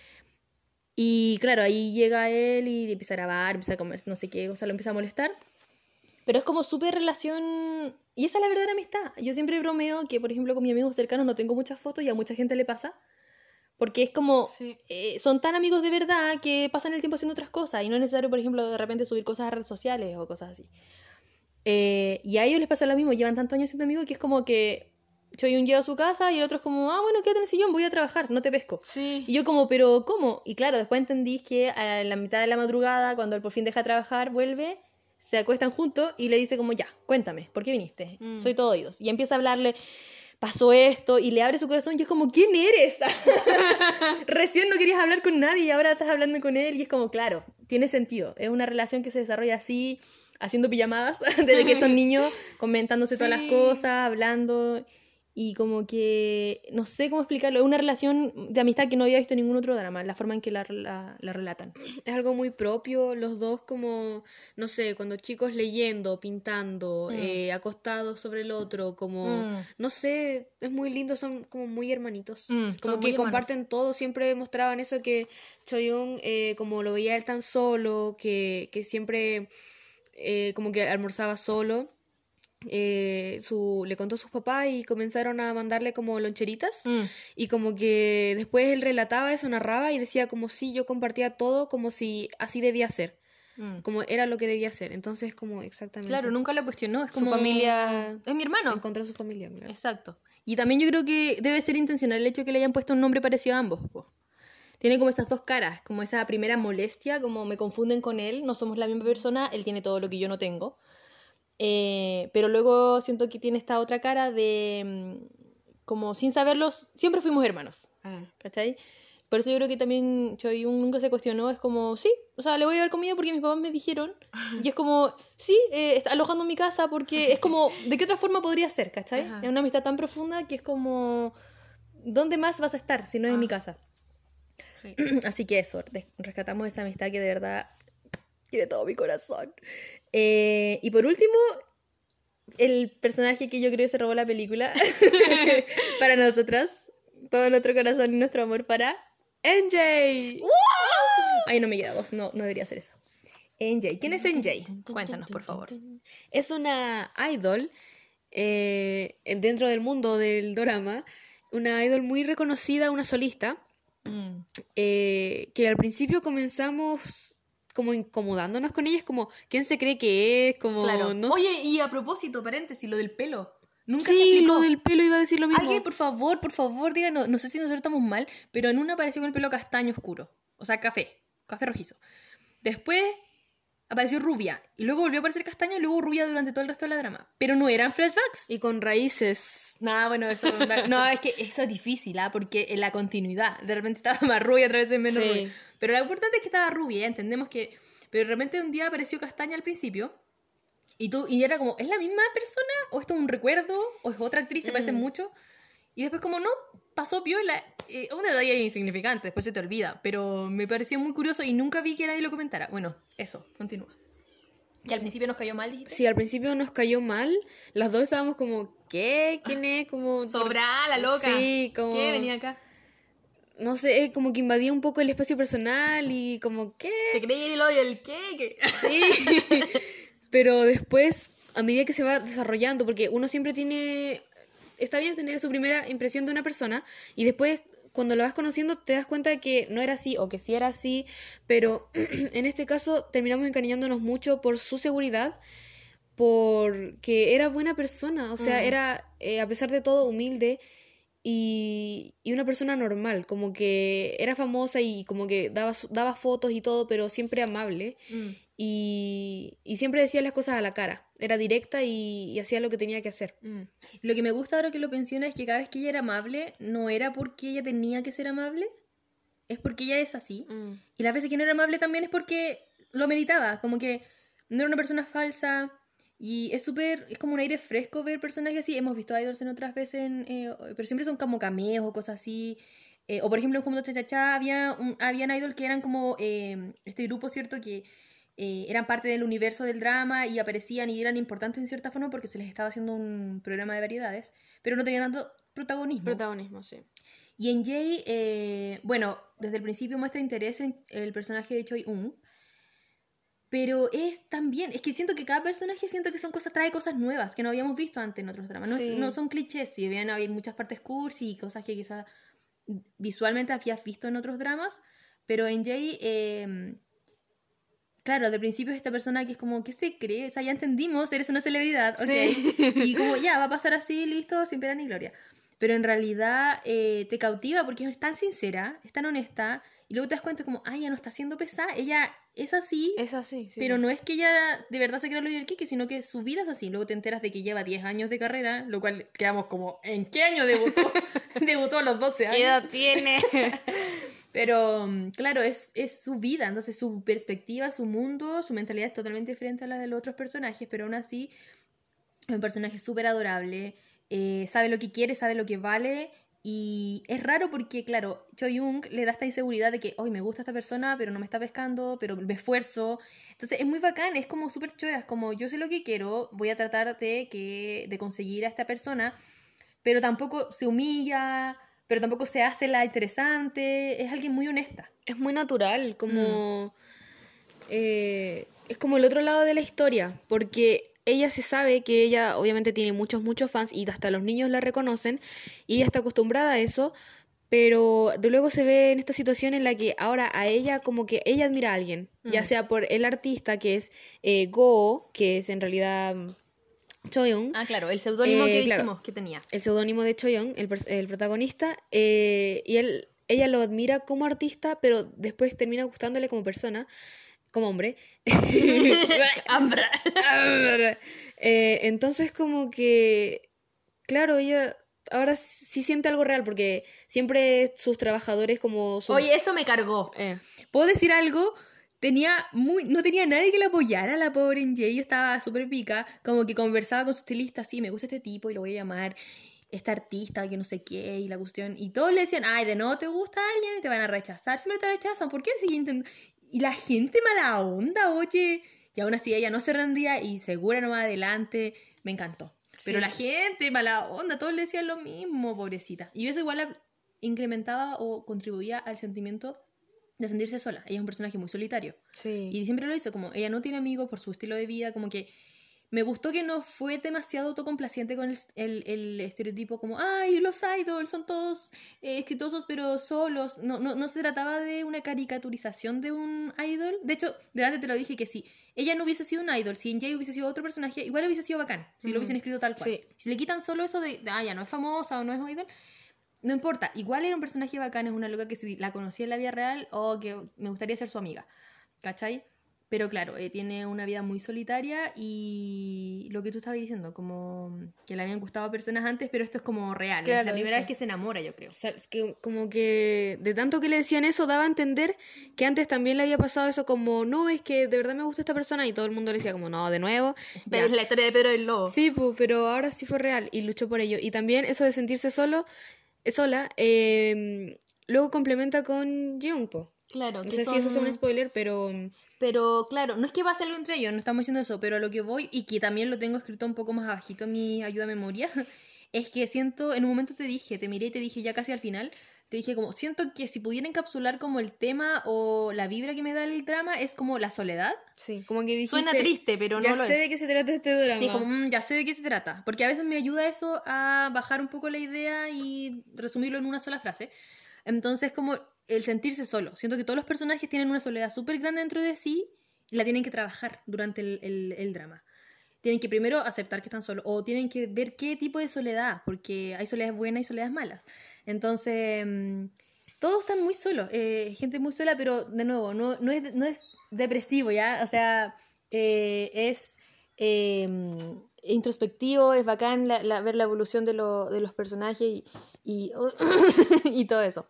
Y claro, ahí llega él y empieza a grabar, empieza a comer no sé qué cosa, lo empieza a molestar. Pero es como súper relación... Y esa es la verdadera amistad. Yo siempre bromeo que, por ejemplo, con mis amigos cercanos no tengo muchas fotos y a mucha gente le pasa. Porque es como... Sí. son tan amigos de verdad que pasan el tiempo haciendo otras cosas. Y no es necesario, por ejemplo, de repente subir cosas a redes sociales o cosas así. Y a ellos les pasa lo mismo. Llevan tantos años siendo amigos que es como que Choi-Young llega a su casa y el otro es como, bueno, quédate en el sillón, voy a trabajar, no te pesco. Sí. Y yo como, pero ¿cómo? Y claro, después entendí que a la mitad de la madrugada, cuando él por fin deja de trabajar, vuelve, se acuestan juntos y le dice como, ya, cuéntame, ¿por qué viniste? Soy todo oídos. Y empieza a hablarle, pasó esto, y le abre su corazón y es como, ¿quién eres? Recién no querías hablar con nadie y ahora estás hablando con él y es como, claro, tiene sentido. Es una relación que se desarrolla así, haciendo pijamadas, desde que son niños, comentándose todas las Sí. cosas, hablando... Y como que, no sé cómo explicarlo, es una relación de amistad que no había visto en ningún otro drama, la forma en que la relatan. Es algo muy propio, los dos como, no sé, cuando chicos leyendo, pintando, acostados sobre el otro, como, no sé, es muy lindo, son como muy hermanitos. Son Como muy que hermanos. comparten todo, siempre mostraban eso que Choyun, como lo veía él tan solo, que siempre como que almorzaba solo. Le contó a sus papás y comenzaron a mandarle como loncheritas y como que después él relataba eso, narraba y decía como si yo compartía todo como si así debía ser, como era lo que debía ser, entonces como exactamente Claro, nunca lo cuestionó, es su como... familia Es mi hermano. encontró su familia, claro. Exacto. Y también yo creo que debe ser intencional el hecho de que le hayan puesto un nombre parecido a ambos, po. Tiene como esas dos caras, como esa primera molestia, como me confunden con él, no somos la misma persona, él tiene todo lo que yo no tengo. Pero luego siento que tiene esta otra cara de como sin saberlos, siempre fuimos hermanos, ¿cachai? Por eso yo creo que también Choi-Young nunca se cuestionó, es como, sí, o sea, le voy a dar comida porque mis papás me dijeron, y es como, sí, está alojando en mi casa porque es como, ¿de qué otra forma podría ser, cachai? Ajá. Es una amistad tan profunda que es como, ¿dónde más vas a estar si no es en mi casa? Sí. Así que eso, rescatamos esa amistad que de verdad tiene todo mi corazón. Y por último, el personaje que yo creo que se robó la película para nosotras, todo nuestro corazón y nuestro amor para NJ. Ay, no me queda voz, no debería hacer eso. NJ, ¿quién es NJ? Cuéntanos, por favor. Es una idol dentro del mundo del dorama, una idol muy reconocida, una solista, que al principio comenzamos como incomodándonos con ella, es como, ¿quién se cree que es? Como, Claro. no Oye, sé. y a propósito, paréntesis, lo del pelo. Nunca se Sí, explicó. lo del pelo iba a decir lo mismo. Alguien, por favor, diga, no sé si nosotros estamos mal, pero en una apareció con el pelo castaño oscuro. O sea, café rojizo. Después apareció rubia, y luego volvió a aparecer castaña, y luego rubia durante todo el resto de la drama. Pero no eran flashbacks. Y con raíces. Nada, bueno, eso no, es que eso es difícil, ¿ah? Porque en la continuidad, de repente estaba más rubia, otra vez menos Sí. rubia. Pero lo importante es que estaba rubia, ya entendemos que... Pero de repente un día apareció castaña al principio, y era como, ¿es la misma persona? ¿O esto es un recuerdo? ¿O es otra actriz? ¿Se parecen mucho? Y después como, no, pasó piola. Un detalle insignificante, después se te olvida. Pero me pareció muy curioso y nunca vi que nadie lo comentara. Bueno, eso, continúa. Y al principio nos cayó mal, dijiste. Sí, al principio nos cayó mal. Las dos estábamos como, ¿qué? ¿Quién es? Como... Sobra, la loca. Sí, como... ¿Qué? Venía acá. No sé, como que invadía un poco el espacio personal y como, ¿qué? ¿Te creí el odio el qué? ¿Qué? Sí. Pero después, a medida que se va desarrollando, porque uno siempre tiene... Está bien tener su primera impresión de una persona y después, cuando la vas conociendo, te das cuenta de que no era así o que sí era así, pero en este caso terminamos encariñándonos mucho por su seguridad, porque era buena persona, o sea, era, a pesar de todo, humilde y una persona normal, como que era famosa y como que daba fotos y todo, pero siempre amable. Y siempre decía las cosas a la cara. Era directa y hacía lo que tenía que hacer. Lo que me gusta ahora que lo menciona es que cada vez que ella era amable, no era porque ella tenía que ser amable, es porque ella es así. Y las veces que no era amable también es porque lo meritaba, como que no era una persona falsa. Y es como un aire fresco ver personajes así. Hemos visto idols en otras veces, pero siempre son como cameos o cosas así. O por ejemplo en Juntos Cha habían idols que eran como este grupo, ¿cierto? Que eran parte del universo del drama y aparecían y eran importantes en cierta forma porque se les estaba haciendo un programa de variedades, pero no tenían tanto protagonismo. Protagonismo, sí. Y en Jay, bueno, desde el principio muestra interés en el personaje de Choi Un, pero es también, es que siento que cada personaje trae cosas nuevas que no habíamos visto antes en otros dramas. Sí. No son clichés, si bien hay muchas partes cursi y cosas que quizás visualmente habías visto en otros dramas, pero en Jay, claro, de principio es esta persona que es como, ¿qué se cree? O sea, ya entendimos, eres una celebridad, ok. Sí. Y como, ya, va a pasar así, listo, sin pena ni gloria. Pero en realidad te cautiva porque es tan sincera, es tan honesta, y luego te das cuenta como, ay, ya no está siendo pesada, ella es así, Es así, sí. pero no es que ella de verdad se crea lo del Kike, sino que su vida es así. Luego te enteras de que lleva 10 años de carrera, lo cual quedamos como, ¿en qué año debutó? Debutó a los 12 años. ¿Qué edad tiene? Pero claro, es su vida, entonces su perspectiva, su mundo, su mentalidad es totalmente diferente a la de los otros personajes, pero aún así es un personaje súper adorable, sabe lo que quiere, sabe lo que vale, y es raro porque, claro, Choi Young le da esta inseguridad de que, hoy me gusta esta persona, pero no me está pescando, pero me esfuerzo. Entonces es muy bacán, es como súper chora, es como yo sé lo que quiero, voy a tratar de conseguir a esta persona, pero tampoco se humilla, pero tampoco se hace la interesante, es alguien muy honesta. Es muy natural, como... es como el otro lado de la historia, porque ella se sabe que ella obviamente tiene muchos fans y hasta los niños la reconocen y ella está acostumbrada a eso, pero de luego se ve en esta situación en la que ahora a ella como que ella admira a alguien, ya sea por el artista que es Go, que es en realidad Choyoung. Ah, claro, el seudónimo que claro, dijimos que tenía. El seudónimo de Choyoung, el protagonista, y ella lo admira como artista, pero después termina gustándole como persona, como hombre. Entonces como que, claro, ella ahora sí siente algo real, porque siempre sus trabajadores como... Oye, eso me cargó. ¿Puedo decir algo? No tenía nadie que la apoyara, la pobre NJ. Yo estaba súper pica, como que conversaba con su estilista, sí, me gusta este tipo y lo voy a llamar. esta artista que no sé qué y la cuestión. Y todos le decían, ay, de no te gusta alguien, te van a rechazar, siempre te rechazan, ¿por qué sigues intentando? Y la gente mala onda, oye. Y aún así ella no se rendía y segura no va adelante. Me encantó. Pero Sí. la gente mala onda, todos le decían lo mismo, pobrecita. Y eso igual incrementaba o contribuía al sentimiento de sentirse sola. Ella es un personaje muy solitario. Sí. Y siempre lo hizo, como ella no tiene amigos por su estilo de vida, como que me gustó que no fue demasiado autocomplaciente con el estereotipo como, ay, los idols son todos exitosos pero solos. No se trataba de una caricaturización de un idol. De hecho, delante te lo dije que si ella no hubiese sido un idol, si NJ hubiese sido otro personaje, igual hubiese sido bacán, si lo hubiesen escrito tal cual. Sí. Si le quitan solo eso de, ya no es famosa o no es un idol, no importa, igual era un personaje bacán, es una loca que si la conocía en la vida real, o que me gustaría ser su amiga, ¿cachai? Pero claro, tiene una vida muy solitaria y lo que tú estabas diciendo, como que le habían gustado personas antes, pero esto es como real, es Claro, la primera eso. vez que se enamora, yo creo. O sea, es que como que de tanto que le decían eso, daba a entender que antes también le había pasado eso como, no, es que de verdad me gusta esta persona y todo el mundo le decía como, no, de nuevo. Pero Ya. es la historia de Pedro el Lobo. Sí, pues, pero ahora sí fue real y luchó por ello. Y también eso de sentirse sola, luego complementa con Jung, po. Claro, No que sé si eso es un son- spoiler, pero Pero claro, no es que pase algo entre ellos, no estamos diciendo eso, pero a lo que voy, y que también lo tengo escrito un poco más abajito en mi ayuda a memoria, es que siento, en un momento te dije, te miré y te dije ya casi al final, te dije como, siento que si pudiera encapsular como el tema o la vibra que me da el drama es como la soledad. sí, como que dijiste, Suena triste, pero ya no lo sé es. de qué se trata este drama. Sí, como, ya sé de qué se trata. Porque a veces me ayuda eso a bajar un poco la idea y resumirlo en una sola frase. Entonces, como el sentirse solo. Siento que todos los personajes tienen una soledad súper grande dentro de sí y la tienen que trabajar durante el drama. Tienen que primero aceptar que están solos o tienen que ver qué tipo de soledad, porque hay soledades buenas y soledades malas. Entonces, todos están muy solos, gente muy sola, pero de nuevo, no es depresivo, ¿ya? O sea, es introspectivo, es bacán ver la evolución de los personajes y, y todo eso.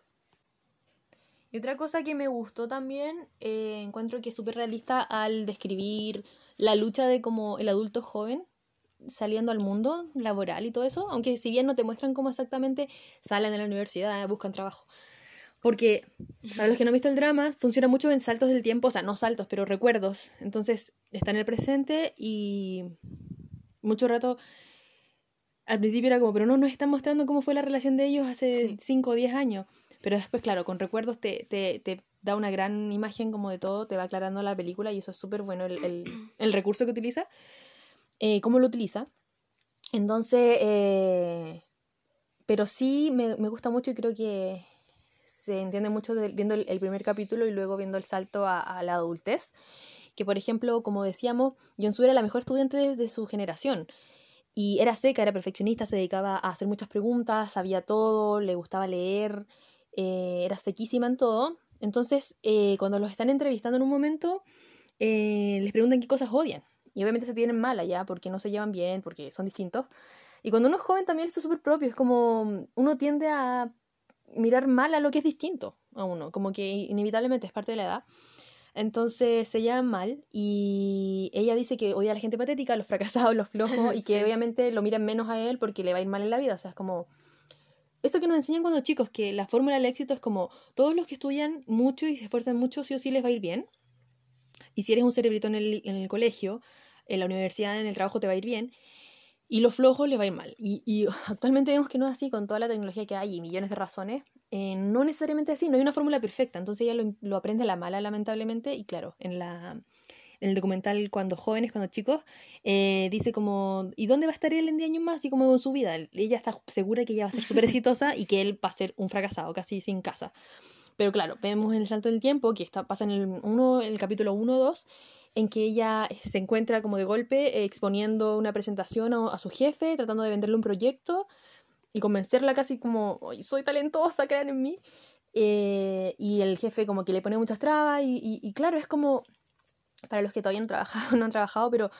Y otra cosa que me gustó también, encuentro que es súper realista al describir la lucha de como el adulto joven saliendo al mundo laboral y todo eso, aunque si bien no te muestran cómo exactamente salen de la universidad, buscan trabajo. Porque, para los que no han visto el drama, funciona mucho en saltos del tiempo, o sea, no saltos, pero recuerdos. Entonces, está en el presente y mucho rato, al principio era como, pero no nos están mostrando cómo fue la relación de ellos hace Sí. 5 o 10 años. Pero después, claro, con recuerdos te da una gran imagen como de todo, te va aclarando la película y eso es súper bueno, el recurso que utiliza, cómo lo utiliza. Entonces, pero sí me gusta mucho y creo que se entiende mucho viendo el primer capítulo y luego viendo el salto a la adultez. Que, por ejemplo, como decíamos, Yeonsu era la mejor estudiante de su generación. Y era seca, era perfeccionista, se dedicaba a hacer muchas preguntas, sabía todo, le gustaba leer, era sequísima en todo. Entonces, cuando los están entrevistando en un momento, les preguntan qué cosas odian. Y obviamente se tienen mala ya, porque no se llevan bien, porque son distintos. Y cuando uno es joven también esto es súper propio, es como uno tiende a mirar mal a lo que es distinto a uno, como que inevitablemente es parte de la edad. Entonces se llevan mal y ella dice que odia a la gente patética, a los fracasados, los flojos y que Sí. obviamente lo miran menos a él porque le va a ir mal en la vida. O sea, es como eso que nos enseñan cuando chicos, que la fórmula del éxito es como todos los que estudian mucho y se esfuerzan mucho, sí o sí les va a ir bien. Y si eres un cerebrito en el colegio, en la universidad, en el trabajo te va a ir bien. Y los flojos les va a ir mal. Y actualmente vemos que no es así con toda la tecnología que hay y millones de razones. No necesariamente así, no hay una fórmula perfecta. Entonces ella lo aprende a la mala, lamentablemente. Y claro, en el documental Cuando jóvenes, cuando chicos, dice como, ¿y dónde va a estar él en 10 años más? Así como en su vida. Ella está segura que ella va a ser súper exitosa y que él va a ser un fracasado, casi sin casa. Pero claro, vemos en el salto del tiempo que pasa en el capítulo 1-2, en que ella se encuentra como de golpe exponiendo una presentación a su jefe, tratando de venderle un proyecto y convencerla casi como, "Ay, soy talentosa, crean en mí". Y el jefe como que le pone muchas trabas y claro, es como, para los que todavía no han trabajado, no han trabajado, pero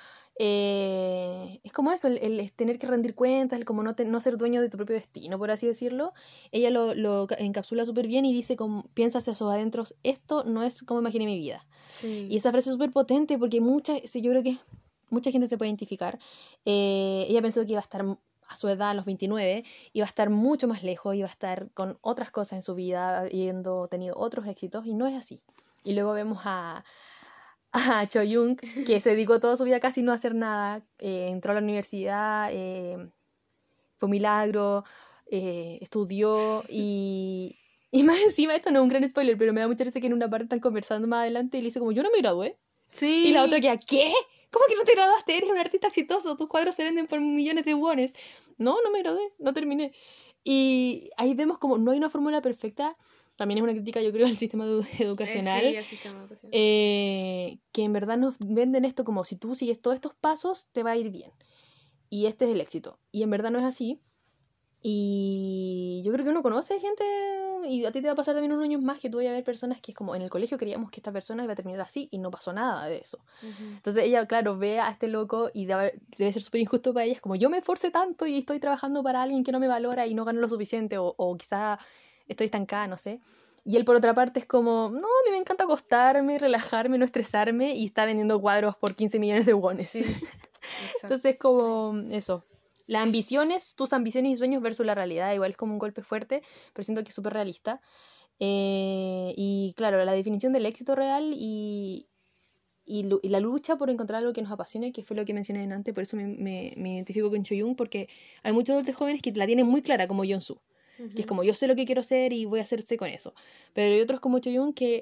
es como eso, el tener que rendir cuentas, el como no ser dueño de tu propio destino, por así decirlo. Ella lo encapsula súper bien y dice, como, piensa hacia sus adentros, esto no es como imaginé mi vida. Sí. Y esa frase es súper potente porque yo creo que mucha gente se puede identificar. Ella pensó que iba a estar a su edad, a los 29, iba a estar mucho más lejos, iba a estar con otras cosas en su vida, habiendo tenido otros éxitos, y no es así. Y luego vemos a Choyung, que se dedicó toda su vida casi no a hacer nada, entró a la universidad, fue un milagro, estudió y más encima, esto no es un gran spoiler, pero me da mucha risa que en una parte están conversando más adelante y le dice como, yo no me gradué. Sí. Y la otra queda, ¿qué? ¿Cómo que no te graduaste? Eres un artista exitoso, tus cuadros se venden por millones de wones. No, no me gradué, no terminé. Y ahí vemos como no hay una fórmula perfecta. También es una crítica, yo creo, al sistema educacional. Sí, el sistema educacional. Que en verdad nos venden esto como si tú sigues todos estos pasos, te va a ir bien. Y este es el éxito. Y en verdad no es así. Y yo creo que uno conoce gente, y a ti te va a pasar también unos años más, que tú vas a ver personas que es como en el colegio creíamos que esta persona iba a terminar así y no pasó nada de eso. Entonces ella, claro, ve a este loco y debe ser súper injusto para ella. Es como, yo me esforcé tanto y estoy trabajando para alguien que no me valora y no gano lo suficiente, o quizá estoy estancada, no sé. Y él por otra parte es como, no, a mí me encanta acostarme, relajarme, no estresarme, y está vendiendo cuadros por 15 millones de wones. Sí, exacto. Entonces como eso. Las ambiciones, tus ambiciones y sueños versus la realidad, igual es como un golpe fuerte, pero siento que es súper realista. Y claro, la definición del éxito real y la lucha por encontrar algo que nos apasione, que fue lo que mencioné antes, por eso me identifico con Choyung, porque hay muchos adultos jóvenes que la tienen muy clara, como Yeonsu, que es como yo sé lo que quiero ser y voy a hacerse con eso. Pero hay otros como Choyung que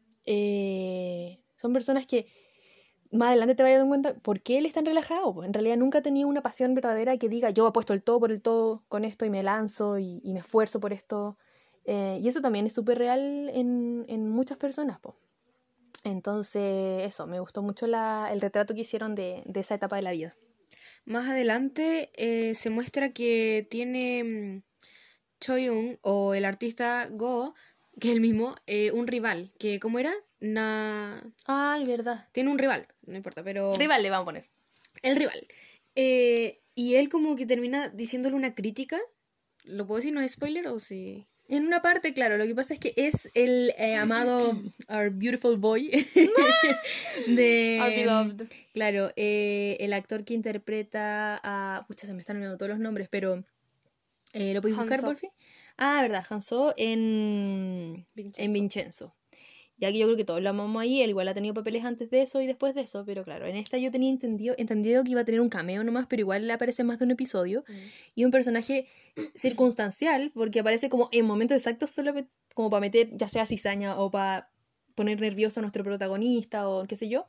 son personas que más adelante te vayas dando cuenta por qué él es tan relajado. Pues en realidad nunca ha tenido una pasión verdadera que diga yo apuesto el todo por el todo con esto y me lanzo y me esfuerzo por esto. Y eso también es súper real en muchas personas, pues. Entonces, eso, me gustó mucho el retrato que hicieron de esa etapa de la vida. Más adelante se muestra que tiene Choyun o el artista Go, que es el mismo, un rival, que ¿cómo era? Ay, verdad. Tiene un rival, no importa, pero... Rival le vamos a poner. El rival. Y él como que termina diciéndole una crítica. ¿Lo puedo decir? ¿No es spoiler o sí? En una parte, claro, lo que pasa es que es el amado Our Beautiful Boy de... Our beloved. Claro, el actor que interpreta a... Pucha, se me están olvidando todos los nombres, pero... ¿Lo podéis buscar, Hanso. por fin? Ah, verdad, Hanso en Vincenzo. Ya que yo creo que todos lo amamos ahí, él igual ha tenido papeles antes de eso y después de eso, pero claro, en esta yo tenía entendido que iba a tener un cameo nomás, pero igual le aparece más de un episodio. Y un personaje circunstancial, porque aparece como en momentos exactos solo como para meter ya sea cizaña o para poner nervioso a nuestro protagonista o qué sé yo.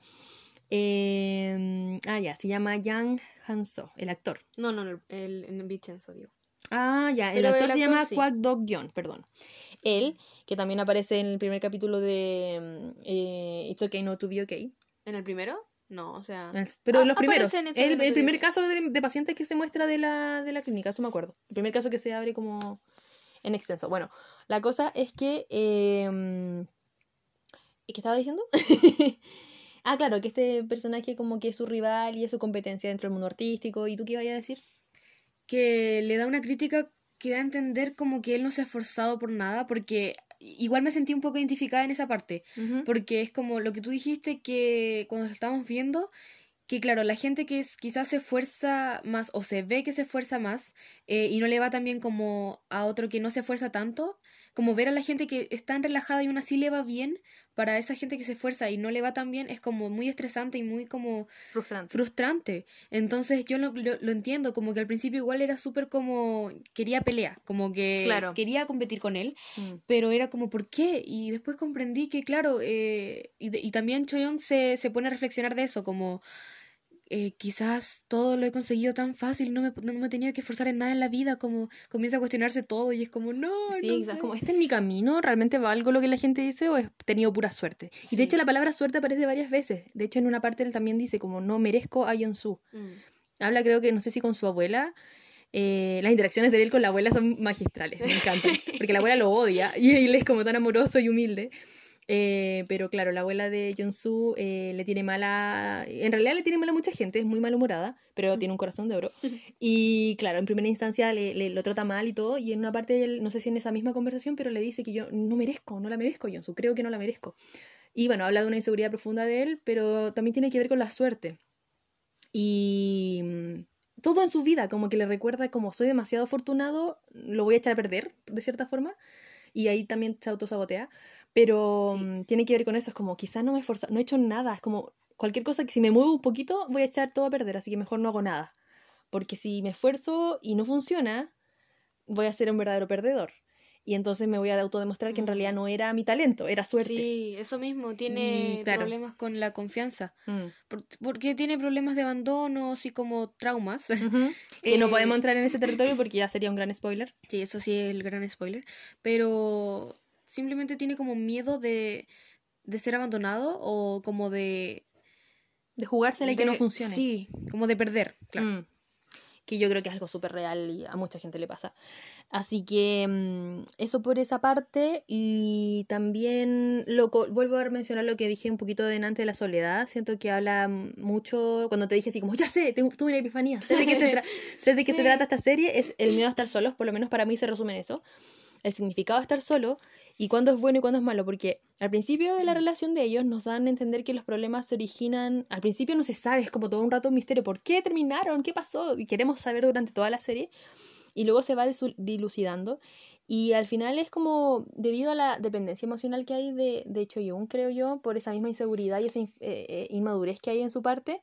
Ya, se llama Yang Han-soo, el actor. No, en Vincenzo, digo. Ah, ya, el Pero actor el se actor llama sí. Kwak Dok-yeon, perdón. Él, que también aparece en el primer capítulo de It's Okay Not to Be Okay. ¿En el primero? No, o sea... Pero en los primeros. aparece en It's Okay Not to El Be primer Okay. caso de paciente que se muestra de la clínica, eso me acuerdo. El primer caso que se abre como en extenso. Bueno, la cosa es que... ¿y qué estaba diciendo? Ah, claro, que este personaje como que es su rival y es su competencia dentro del mundo artístico. ¿Y tú qué ibas a decir? Que le da una crítica que da a entender como que él no se ha esforzado por nada, porque igual me sentí un poco identificada en esa parte, porque es como lo que tú dijiste que cuando lo estábamos viendo, que claro, la gente que quizás se esfuerza más o se ve que se esfuerza más y no le va tan bien como a otro que no se esfuerza tanto, como ver a la gente que es tan relajada y aún así le va bien, para esa gente que se esfuerza y no le va tan bien es como muy estresante y muy como frustrante. Entonces yo lo entiendo, como que al principio igual era súper como quería pelea, como que Claro. quería competir con él, pero era como ¿por qué? Y después comprendí que claro, y también Choyong se pone a reflexionar de eso, como quizás todo lo he conseguido tan fácil, no me he tenido que esforzar en nada en la vida, como comienza a cuestionarse todo y es como no, Sí, no quizás sé. como, ¿este es mi camino? ¿Realmente valgo lo que la gente dice o he tenido pura suerte? Y Sí. de hecho la palabra suerte aparece varias veces. De hecho en una parte él también dice como no merezco a Yeonsu. Habla creo que no sé si con su abuela. Las interacciones de él con la abuela son magistrales, me encantan. Porque la abuela lo odia y él es como tan amoroso y humilde. Pero claro, la abuela de Yeonsu le tiene mala... En realidad le tiene mala a mucha gente, es muy malhumorada, pero tiene un corazón de oro. Y claro, en primera instancia lo trata mal y todo, y en una parte, él, no sé si en esa misma conversación, pero le dice que yo no la merezco, Yeonsu, creo que no la merezco. Y bueno, habla de una inseguridad profunda de él, pero también tiene que ver con la suerte. Y todo en su vida, como que le recuerda como soy demasiado afortunado, lo voy a echar a perder, de cierta forma. Y ahí también se autosabotea. Pero tiene que ver con eso, es como quizás no me he esforzado, no he hecho nada, es como cualquier cosa que si me muevo un poquito voy a echar todo a perder, así que mejor no hago nada. Porque si me esfuerzo y no funciona, voy a ser un verdadero perdedor. Y entonces me voy a autodemostrar que en realidad no era mi talento, era suerte. Sí, eso mismo, tiene Y, claro. problemas con la confianza. Mm. Porque tiene problemas de abandono, así como traumas. Ujú. Que no Eh, podemos entrar en ese territorio porque ya sería un gran spoiler. Sí, eso sí es el gran spoiler. Pero simplemente tiene como miedo de ser abandonado o como De jugársela y que no funcione. Sí, como de perder, claro. Mm. Que yo creo que es algo súper real y a mucha gente le pasa. Así que eso por esa parte. Y también vuelvo a mencionar lo que dije un poquito delante de la soledad. Siento que habla mucho cuando te dije así como, ya sé, tuve una epifanía, sé de qué sé de qué se trata esta serie. Es el miedo a estar solos, por lo menos para mí se resume en eso. El significado de estar solo y cuándo es bueno y cuándo es malo, porque al principio de la relación de ellos nos dan a entender que los problemas se originan, al principio no se sabe, es como todo un rato un misterio, ¿por qué terminaron? ¿Qué pasó? Y queremos saber durante toda la serie y luego se va dilucidando y al final es como debido a la dependencia emocional que hay de Choyun, creo yo, por esa misma inseguridad y esa inmadurez que hay en su parte.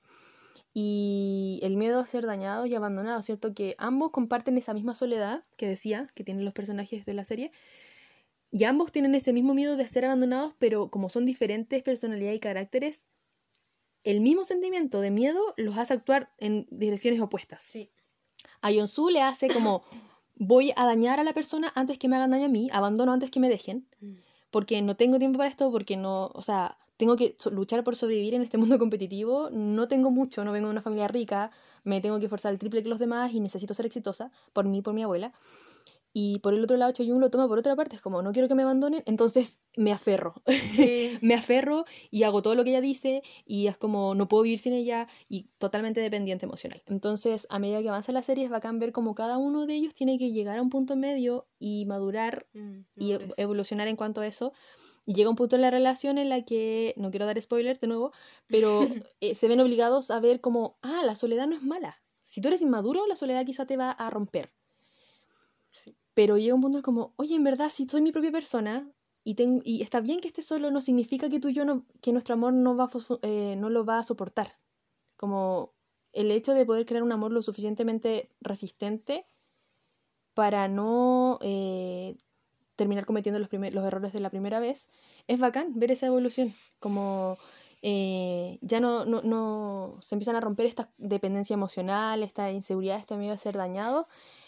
Y el miedo a ser dañados y abandonados, ¿cierto? Que ambos comparten esa misma soledad que decía, que tienen los personajes de la serie. Y ambos tienen ese mismo miedo de ser abandonados, pero como son diferentes personalidades y caracteres, el mismo sentimiento de miedo los hace actuar en direcciones opuestas. Sí. A Yeonsu le hace como, voy a dañar a la persona antes que me hagan daño a mí, abandono antes que me dejen, porque no tengo tiempo para esto, porque no, o sea, tengo que luchar por sobrevivir en este mundo competitivo, no tengo mucho, no vengo de una familia rica, me tengo que esforzar el triple que los demás y necesito ser exitosa por mí, por mi abuela. Y por el otro lado, Choyun lo toma por otra parte, es como, no quiero que me abandonen, entonces me aferro. Sí. Me aferro y hago todo lo que ella dice y es como, no puedo vivir sin ella y totalmente dependiente emocional. Entonces, a medida que avanza la serie es bacán ver cómo cada uno de ellos tiene que llegar a un punto medio y madurar y evolucionar en cuanto a eso. Y llega un punto en la relación en la que, no quiero dar spoilers de nuevo, pero se ven obligados a ver como, la soledad no es mala. Si tú eres inmaduro, la soledad quizá te va a romper. Sí. Pero llega un punto en como, oye, en verdad, si soy mi propia persona y está bien que estés solo, no significa que tú y yo que nuestro amor no lo va a soportar. Como el hecho de poder crear un amor lo suficientemente resistente para no terminar cometiendo los errores de la primera vez, es bacán ver esa evolución. Como ya no se empiezan a romper esta dependencia emocional, esta inseguridad, este miedo a ser dañado.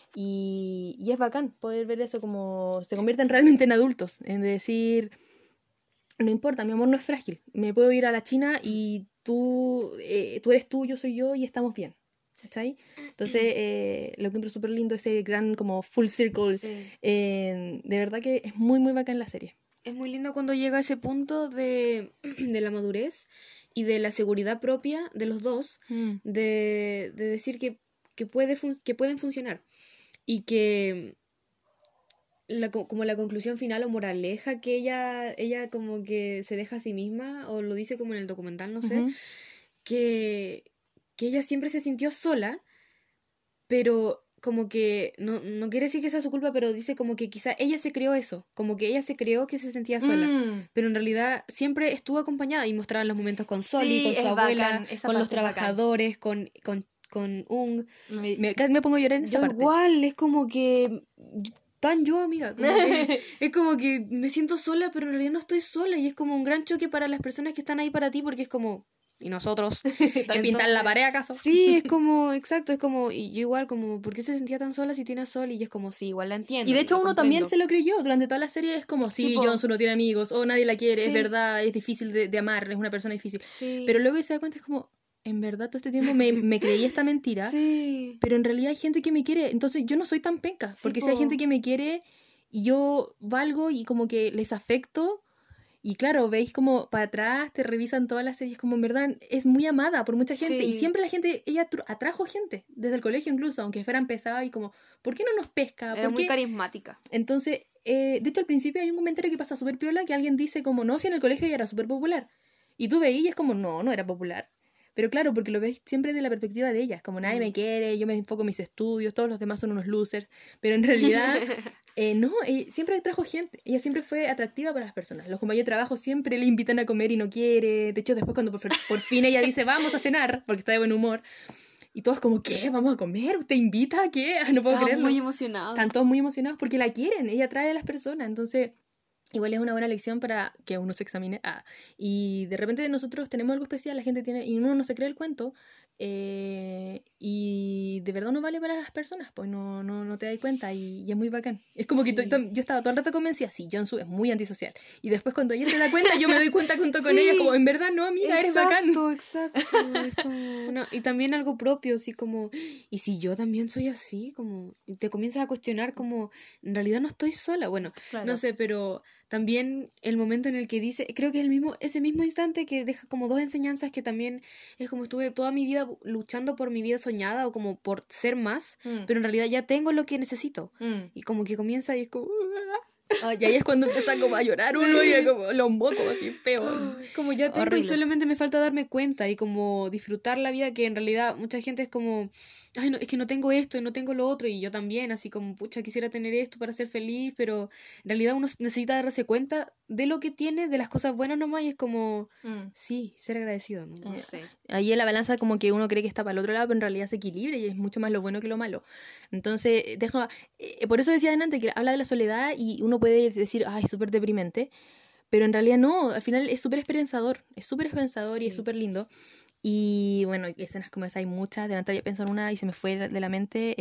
Y es bacán poder ver eso como se convierten realmente en adultos, en decir, no importa, mi amor no es frágil, me puedo ir a la China y tú eres tú, yo soy yo y estamos bien. ¿Cachai? Entonces lo encuentro súper lindo, ese gran como full circle. Sí. De verdad que es muy muy bacán la serie. Es muy lindo cuando llega a ese punto de la madurez y de la seguridad propia de los dos, de decir que pueden funcionar. Y que como la conclusión final o moraleja que ella como que se deja a sí misma, o lo dice como en el documental, no sé, que ella siempre se sintió sola, pero como que no quiere decir que sea su culpa, pero dice como que quizá ella se creó eso, como que ella se creó que se sentía sola, pero en realidad siempre estuvo acompañada y mostraba los momentos con Soli, con su abuela, con los trabajadores, con Ung. Me pongo a llorar en esa Yo parte. igual, es como que tan yo, amiga, como que, es como que me siento sola, pero en realidad no estoy sola y es como un gran choque para las personas que están ahí para ti porque es como, ¿y nosotros? ¿Estoy pintando la pared acaso? Sí, es como, exacto, es como, y yo igual como, ¿por qué se sentía tan sola si tiene a Sol? Y es como, sí, igual la entiendo. Y de hecho lo uno también comprendo. se lo creyó durante toda la serie, es como, sí, po. Jonsu no tiene amigos, o nadie la quiere, Sí. es verdad, es difícil de amar, es una persona difícil. Sí. Pero luego se da cuenta, es como, en verdad todo este tiempo me creí esta mentira, Sí. pero en realidad hay gente que me quiere, entonces yo no soy tan penca, Sí, porque si hay po. gente que me quiere y yo valgo y como que les afecto. Y claro, veis como para atrás, te revisan todas las series, como en verdad es muy amada por mucha gente. Sí. Y siempre la gente, ella atrajo gente, desde el colegio incluso, aunque fueran pesadas y como, ¿por qué no nos pesca? Era ¿Por muy qué? carismática. Entonces, de hecho al principio hay un comentario que pasa súper piola, que alguien dice como, no, si en el colegio ella era súper popular. Y tú veías y es como, no era popular. Pero claro, porque lo ves siempre de la perspectiva de ellas, como nadie me quiere, yo me enfoco en mis estudios, todos los demás son unos losers, pero en realidad no, siempre trajo gente, ella siempre fue atractiva para las personas, los compañeros de trabajo siempre le invitan a comer y no quiere, de hecho después cuando por fin ella dice vamos a cenar, porque está de buen humor, y todos como, ¿qué? ¿Vamos a comer? ¿Usted invita? ¿Qué? No puedo Estaba creerlo. muy emocionado. Están todos muy emocionados porque la quieren, ella atrae a las personas, entonces igual es una buena lección para que uno se examine. Y de repente nosotros tenemos algo especial, la gente tiene, y uno no se cree el cuento, y de verdad no vale para las personas, pues no te das cuenta y es muy bacán. Es como que Sí. yo estaba todo el rato convencida, sí, Jonsu es muy antisocial. Y después cuando ella se da cuenta, yo me doy cuenta junto con Sí. ella, como en verdad no, amiga, eres bacán. Exacto. Es como y también algo propio, así como, ¿y si yo también soy así? Como, y te comienzas a cuestionar como, en realidad no estoy sola. Bueno, Claro. no sé, pero también el momento en el que dice, creo que es ese mismo instante que deja como dos enseñanzas que también es como estuve toda mi vida luchando por mi vida soñada o como por ser más, pero en realidad ya tengo lo que necesito. Y como que comienza y es como... Y ahí es cuando empieza como a llorar uno y es como los mocos así feo. Como ya tengo y Horrible. solamente me falta darme cuenta y como disfrutar la vida, que en realidad mucha gente es como, ay, no, es que no tengo esto y no tengo lo otro, y yo también, así como, pucha, quisiera tener esto para ser feliz, pero en realidad uno necesita darse cuenta de lo que tiene, de las cosas buenas nomás, y es como, sí, ser agradecido, ¿no? No sé. Ahí en la balanza como que uno cree que está para el otro lado, pero en realidad se equilibra y es mucho más lo bueno que lo malo. Entonces, por eso decía antes que habla de la soledad y uno puede decir, ay, súper deprimente, pero en realidad no, al final es súper esperanzador y es Sí. súper lindo. Y bueno, escenas como esa hay muchas, delante había pensado en una y se me fue de la mente.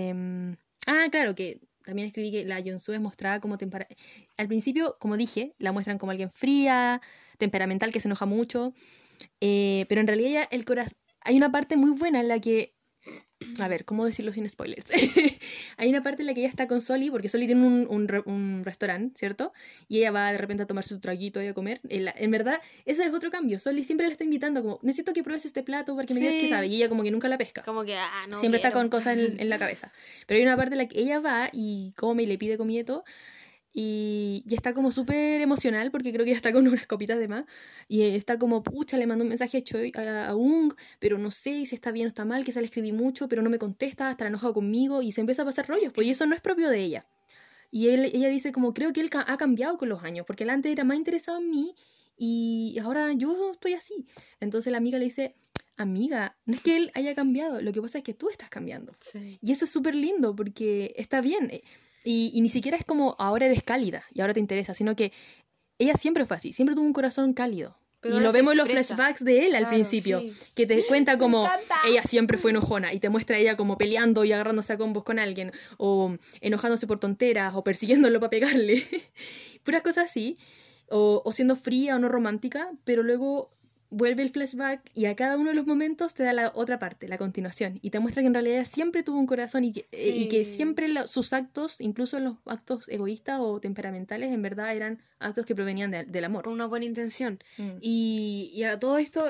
Claro, que también escribí que la Jonsu es mostrada como al principio, como dije, la muestran como alguien fría, temperamental, que se enoja mucho, pero en realidad ya el corazón... Hay una parte muy buena en la que... A ver, ¿cómo decirlo sin spoilers? Hay una parte en la que ella está con Soli, porque Soli tiene un restaurante, ¿cierto? Y ella va de repente a tomar su traguito y a comer. En verdad, ese es otro cambio. Soli siempre la está invitando como, necesito que pruebes este plato porque me digas que Sí. sabe. Y ella como que nunca la pesca. Como que, no Siempre está quiero. con cosas en la cabeza. Pero hay una parte en la que ella va y come y le pide comida y todo. Y está como súper emocional porque creo que ya está con unas copitas de más. Y está como, pucha, le mandó un mensaje a Choi, a Ung, pero no sé si está bien o está mal, quizá le escribí mucho, pero no me contesta, está enojado conmigo y se empieza a pasar rollos, pues y eso no es propio de ella. Y ella dice como, creo que él ha cambiado con los años, porque él antes era más interesado en mí y ahora yo estoy así. Entonces la amiga le dice, amiga, no es que él haya cambiado, lo que pasa es que tú estás cambiando. Sí. Y eso es súper lindo porque está bien. Y ni siquiera es como ahora eres cálida y ahora te interesa, sino que ella siempre fue así, siempre tuvo un corazón cálido. Pero Y ahora lo se vemos en los expresa. flashbacks de él al Claro, principio, sí. que te cuenta como encanta. ella siempre fue enojona y te muestra a ella como peleando y agarrándose a combos con alguien, o enojándose por tonteras, o persiguiéndolo para pegarle. Puras cosas así, o siendo fría o no romántica, pero luego vuelve el flashback y a cada uno de los momentos te da la otra parte, la continuación, y te muestra que en realidad ella siempre tuvo un corazón y que Sí. siempre sus actos, incluso los actos egoístas o temperamentales, en verdad eran actos que provenían del amor. Con una buena intención. Mm. Y a todo esto,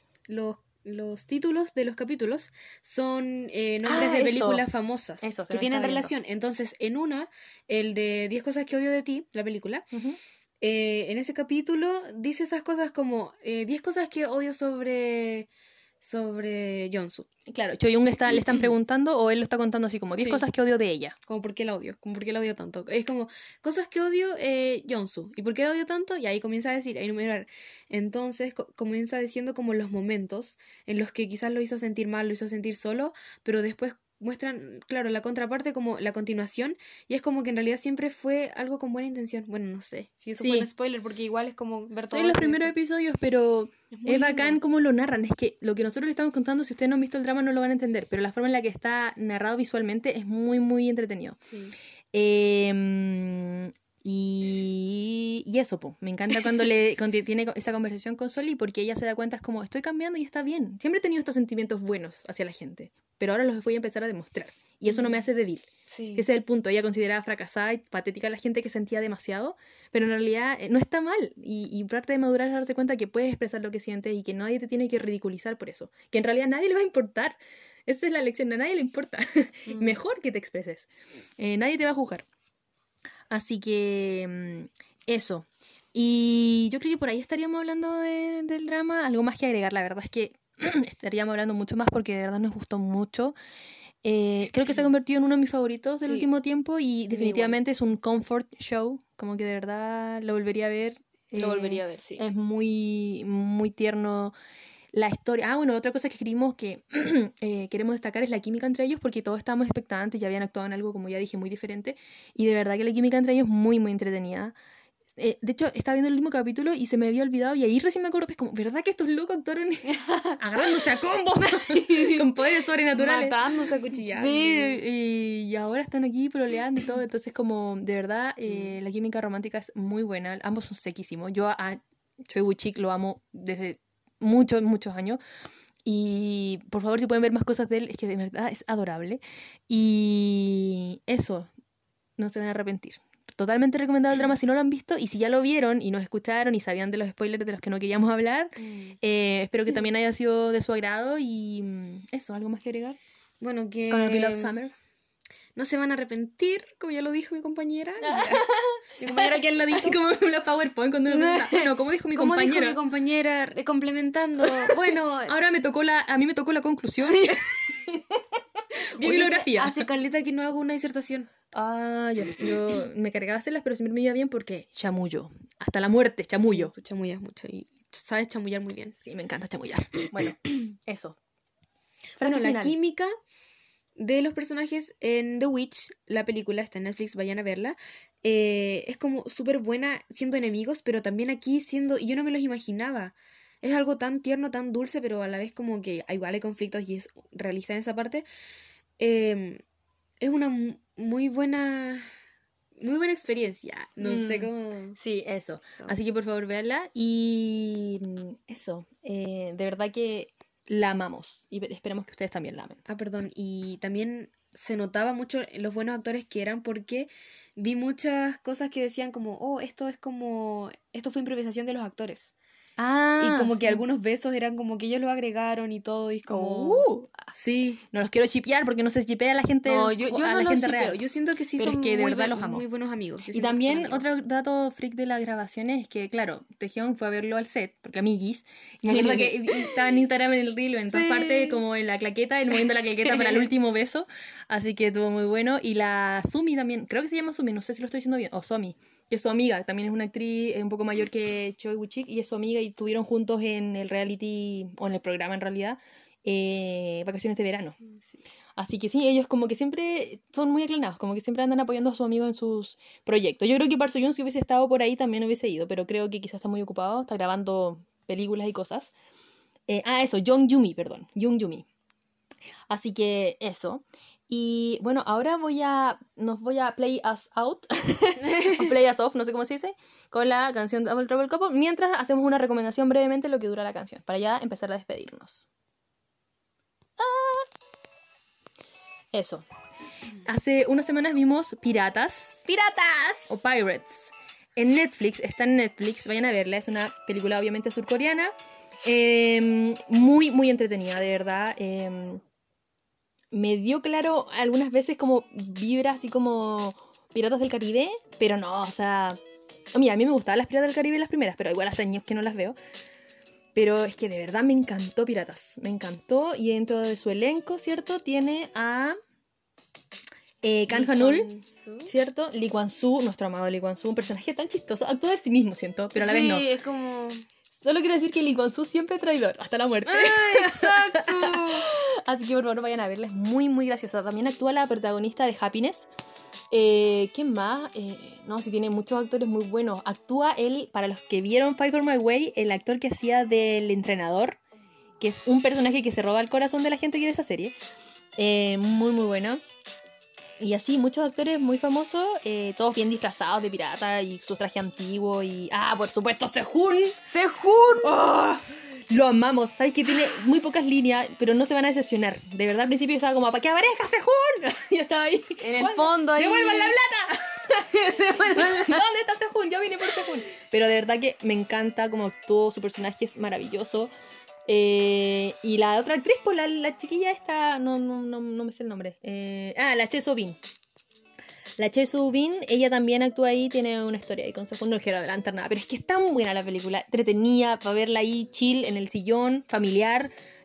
los títulos de los capítulos son nombres de eso. películas famosas Eso, se que me tienen estaba viendo. relación. Entonces, en una, el de 10 cosas que odio de ti, la película, Ujú. en ese capítulo dice esas cosas como 10 cosas que odio sobre Jonsu. Claro, Choyung le están preguntando o él lo está contando así como 10 Sí. cosas que odio de ella. Como por qué la odio, como por qué la odio tanto. Es como cosas que odio Jonsu. ¿Y por qué la odio tanto? Y ahí comienza a decir, a enumerar. Entonces comienza diciendo como los momentos en los que quizás lo hizo sentir mal, lo hizo sentir solo, pero después muestran, claro, la contraparte como la continuación, y es como que en realidad siempre fue algo con buena intención. Bueno, no sé si eso Sí. fue un spoiler, porque igual es como ver todo Son los ese- primeros episodios, pero muy es bacán lindo. cómo lo narran. Es que lo que nosotros le estamos contando, si ustedes no han visto el drama, no lo van a entender, pero la forma en la que está narrado visualmente es muy, muy entretenido. Sí. Y eso, po. Me encanta cuando tiene esa conversación con Soli porque ella se da cuenta, es como, estoy cambiando y está bien. Siempre he tenido estos sentimientos buenos hacia la gente, pero ahora los voy a empezar a demostrar. Y eso no me hace débil. Sí. Ese es el punto. Ella consideraba fracasada y patética a la gente que sentía demasiado, pero en realidad no está mal. Y parte de madurar es darse cuenta que puedes expresar lo que sientes y que nadie te tiene que ridiculizar por eso. Que en realidad a nadie le va a importar. Esa es la lección, a nadie le importa. Mejor que te expreses. Nadie te va a juzgar. Así que eso. Y yo creo que por ahí estaríamos hablando del drama. Algo más que agregar, la verdad es que estaríamos hablando mucho más porque de verdad nos gustó mucho. Creo que se ha convertido en uno de mis favoritos del Sí. último tiempo y igual. definitivamente es un comfort show, como que de verdad lo volvería a ver. Lo volvería a ver, sí. Es muy, muy tierno la historia. Ah, bueno, otra cosa que escribimos que queremos destacar es la química entre ellos porque todos estábamos expectantes, ya habían actuado en algo, como ya dije, muy diferente y de verdad que la química entre ellos es muy, muy entretenida. De hecho, estaba viendo el último capítulo y se me había olvidado y ahí recién me acordé, es como, ¿verdad que estos locos actuaron agarrándose a combos con poderes sobrenaturales? Matándose a cuchillar. Sí, y ahora están aquí proleando y todo, entonces como, de verdad, la química romántica es muy buena, ambos son sequísimos. Yo a Choi Woo-sik lo amo desde muchos, muchos años. Y por favor, si pueden ver más cosas de él, es que de verdad es adorable. Y eso, no se van a arrepentir. Totalmente recomendado el drama si no lo han visto. Y si ya lo vieron y nos escucharon y sabían de los spoilers de los que no queríamos hablar, espero que también haya sido de su agrado. Y eso, ¿algo más que agregar? Bueno, que Con el We Love Summer. no se van a arrepentir, como ya lo dijo mi compañera. Mi compañera aquí al ladito. Como una PowerPoint cuando uno pregunta, bueno, como dijo mi Como dijo compañera. mi compañera, complementando. Bueno, Ahora a mí me tocó la conclusión. oye, Bibliografía. Hace caleta que no hago una disertación. Ah, yo me cargaba hacerlas, pero siempre me iba bien porque chamullo. Hasta la muerte, chamullo. Tú chamullas mucho y sabes chamullar muy bien. Sí, me encanta chamullar. Bueno, eso. Bueno, Frase la final. química de los personajes en The Witch, la película está en Netflix, vayan a verla. Es como súper buena siendo enemigos, pero también aquí siendo. Yo no me los imaginaba. Es algo tan tierno, tan dulce, pero a la vez como que igual hay conflictos y es realista en esa parte. Es una muy buena. Muy buena experiencia. No sé cómo. Sí, eso. Eso. Así que por favor, véanla. Y eso. De verdad que la amamos. Y esperemos que ustedes también la amen. Ah, perdón. Y también se notaba mucho los buenos actores que eran porque vi muchas cosas que decían como, oh, esto fue improvisación de los actores. Ah, Y como que sí. algunos besos eran como que ellos lo agregaron y todo, y es como... Sí. No los quiero shipear porque no se shipea a la gente, No, yo a no la los gente shipeo. real. Yo siento que sí Pero son es que de muy, verdad los amo. muy buenos amigos. Yo Y siento que son también amigos. otro dato freak de las grabaciones es que, claro, Taehyung fue a verlo al set, porque amiguis. Y me acuerdo que estaba en Instagram en el reel o en todas Sí. partes, como en la claqueta, él moviendo la claqueta para el último beso. Así que estuvo muy bueno. Y la Sumi también, creo que se llama Sumi, no sé si lo estoy diciendo bien, o Somi, que es su amiga, también es una actriz un poco mayor que Choi Woo-sik y es su amiga y estuvieron juntos en el reality, o en el programa en realidad, Vacaciones de Verano. Así que sí, ellos como que siempre son muy aclarados, como que siempre andan apoyando a sus amigos en sus proyectos. Yo creo que Park Seo-joon si hubiese estado por ahí también hubiese ido, pero creo que quizás está muy ocupado, está grabando películas y cosas. Eso, Young Yumi, perdón, Young Yumi. Así que eso. Y bueno, ahora nos voy a play us out, o play us off, no sé cómo se dice, con la canción Double Trouble Couple, mientras hacemos una recomendación brevemente lo que dura la canción, para ya empezar a despedirnos. Eso. Hace unas semanas vimos Piratas ¡Piratas! o Pirates en Netflix, está en Netflix, vayan a verla, es una película obviamente surcoreana, muy, muy entretenida, de verdad. Me dio claro algunas veces como vibra así como Piratas del Caribe, pero no, o sea... Mira, a mí me gustaban las Piratas del Caribe las primeras, pero igual hace años que no las veo. Pero es que de verdad me encantó Piratas, me encantó. Y dentro de su elenco, ¿cierto? Tiene a Kang Han-ul, ¿cierto? Lee Kwang-soo, nuestro amado Lee Kwang-soo, un personaje tan chistoso. Actúa de sí mismo, siento, pero a la vez no. Sí, es como... Solo quiero decir que Lee Kwang-soo siempre traidor, hasta la muerte. ¡Exacto! Así que por favor vayan a verla, es muy muy graciosa. También actúa la protagonista de Happiness. ¿Quién más? No, sí tiene muchos actores muy buenos. Actúa él, para los que vieron Fight for My Way, el actor que hacía del entrenador, que es un personaje que se roba el corazón de la gente que ve esa serie. Muy muy buena. Y así, muchos actores muy famosos, todos bien disfrazados de pirata y su traje antiguo y... ¡Ah, por supuesto, Sehun! ¡Sehun! ¡Oh! Lo amamos, sabes que tiene muy pocas líneas, pero no se van a decepcionar. De verdad, al principio estaba como, ¿para qué aparezca Sehun? Y yo estaba ahí. En el fondo ahí... ¡Devuelvan la plata! ¿Dónde está Sehun? Yo vine por Sehun. Pero de verdad que me encanta cómo actuó, su personaje es maravilloso. Y la otra actriz, pues la chiquilla esta, no me sé el nombre. La Che So-bin. La Che So-bin, ella también actúa ahí, tiene una historia ahí con Sehun, no quiero adelantar nada, pero es que es tan buena la película, entretenida, para verla ahí chill en el sillón, familiar,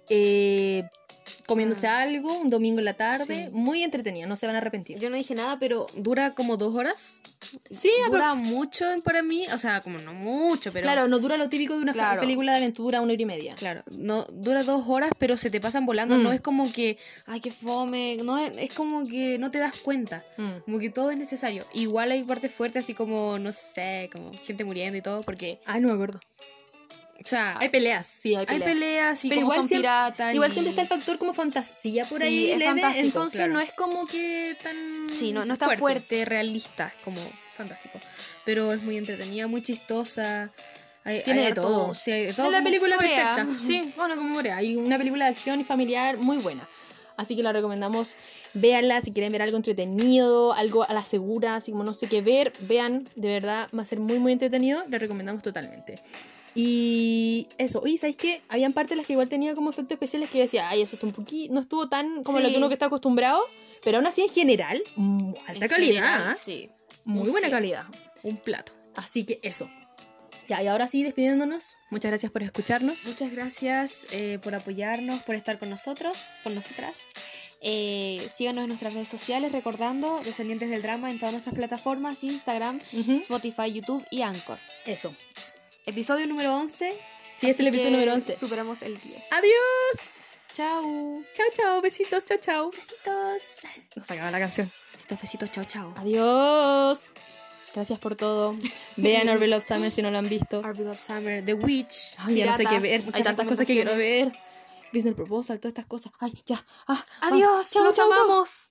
comiéndose algo, un domingo en la tarde, Sí. muy entretenida, no se van a arrepentir. Yo no dije nada, pero dura como 2 horas. Sí, Dura mucho para mí, o sea, como no mucho, pero... claro, no dura lo típico de una Claro. película de aventura, 1 hora y media. Claro, no dura 2 horas, pero se te pasan volando. Mm. No es como que, ay, qué fome. No es como que no te das cuenta. Mm. Como que todo es necesario. Igual hay partes fuertes, así como, no sé, como gente muriendo y todo, porque, Ay, no me acuerdo. o sea, Hay peleas, sí, hay hay peleas. peleas y Pero como igual son siempre, piratas. igual y- siempre está el factor como fantasía por Sí, ahí es leve, fantástico, entonces claro. no es como que tan Sí, no está fuerte, realista, es como fantástico. Pero es muy entretenida, muy chistosa. Tiene de harto- todo. Sí, hay de todo. Es la como película Corea. perfecta. Sí, bueno, como Corea. Hay una película de acción y familiar muy buena. Así que la recomendamos. Véanla si quieren ver algo entretenido, algo a la segura, así como no sé qué ver. Vean, de verdad, va a ser muy, muy entretenido. Le recomendamos totalmente. Y eso, oye, ¿sabéis qué? Habían partes en las que igual tenía como efectos especiales que yo decía, ay, eso está un poquito, no estuvo tan como lo Sí. que uno que está acostumbrado, pero aún así en general, alta En calidad, general, ¿eh? sí. Muy Un buena 100. calidad. Un plato. Así que eso. Ya, y ahora sí, despidiéndonos. Muchas gracias por escucharnos. Muchas gracias por apoyarnos, por estar con nosotros, con nosotras. Síganos en nuestras redes sociales, recordando Descendientes del Drama en todas nuestras plataformas, Instagram, Ujú. Spotify, YouTube y Anchor. Eso. Episodio número 11. Sí, este es el así episodio que número 11. Superamos el 10. Adiós. Chao. Chao, chao. Besitos. Chao, chao. Besitos. Nos acaba la canción. Besitos, besitos. Chao, chao. Adiós. Gracias por todo. Vean Orville of Summer si no lo han visto. Our Beloved Summer, The Witch. Ay, ya no sé qué Piratas, ver. muchas Hay tantas cosas que quiero recomendaciones. ver. Business Proposal, todas estas cosas. Ay, ya. Adiós. Chao, Los chao, chao. amamos.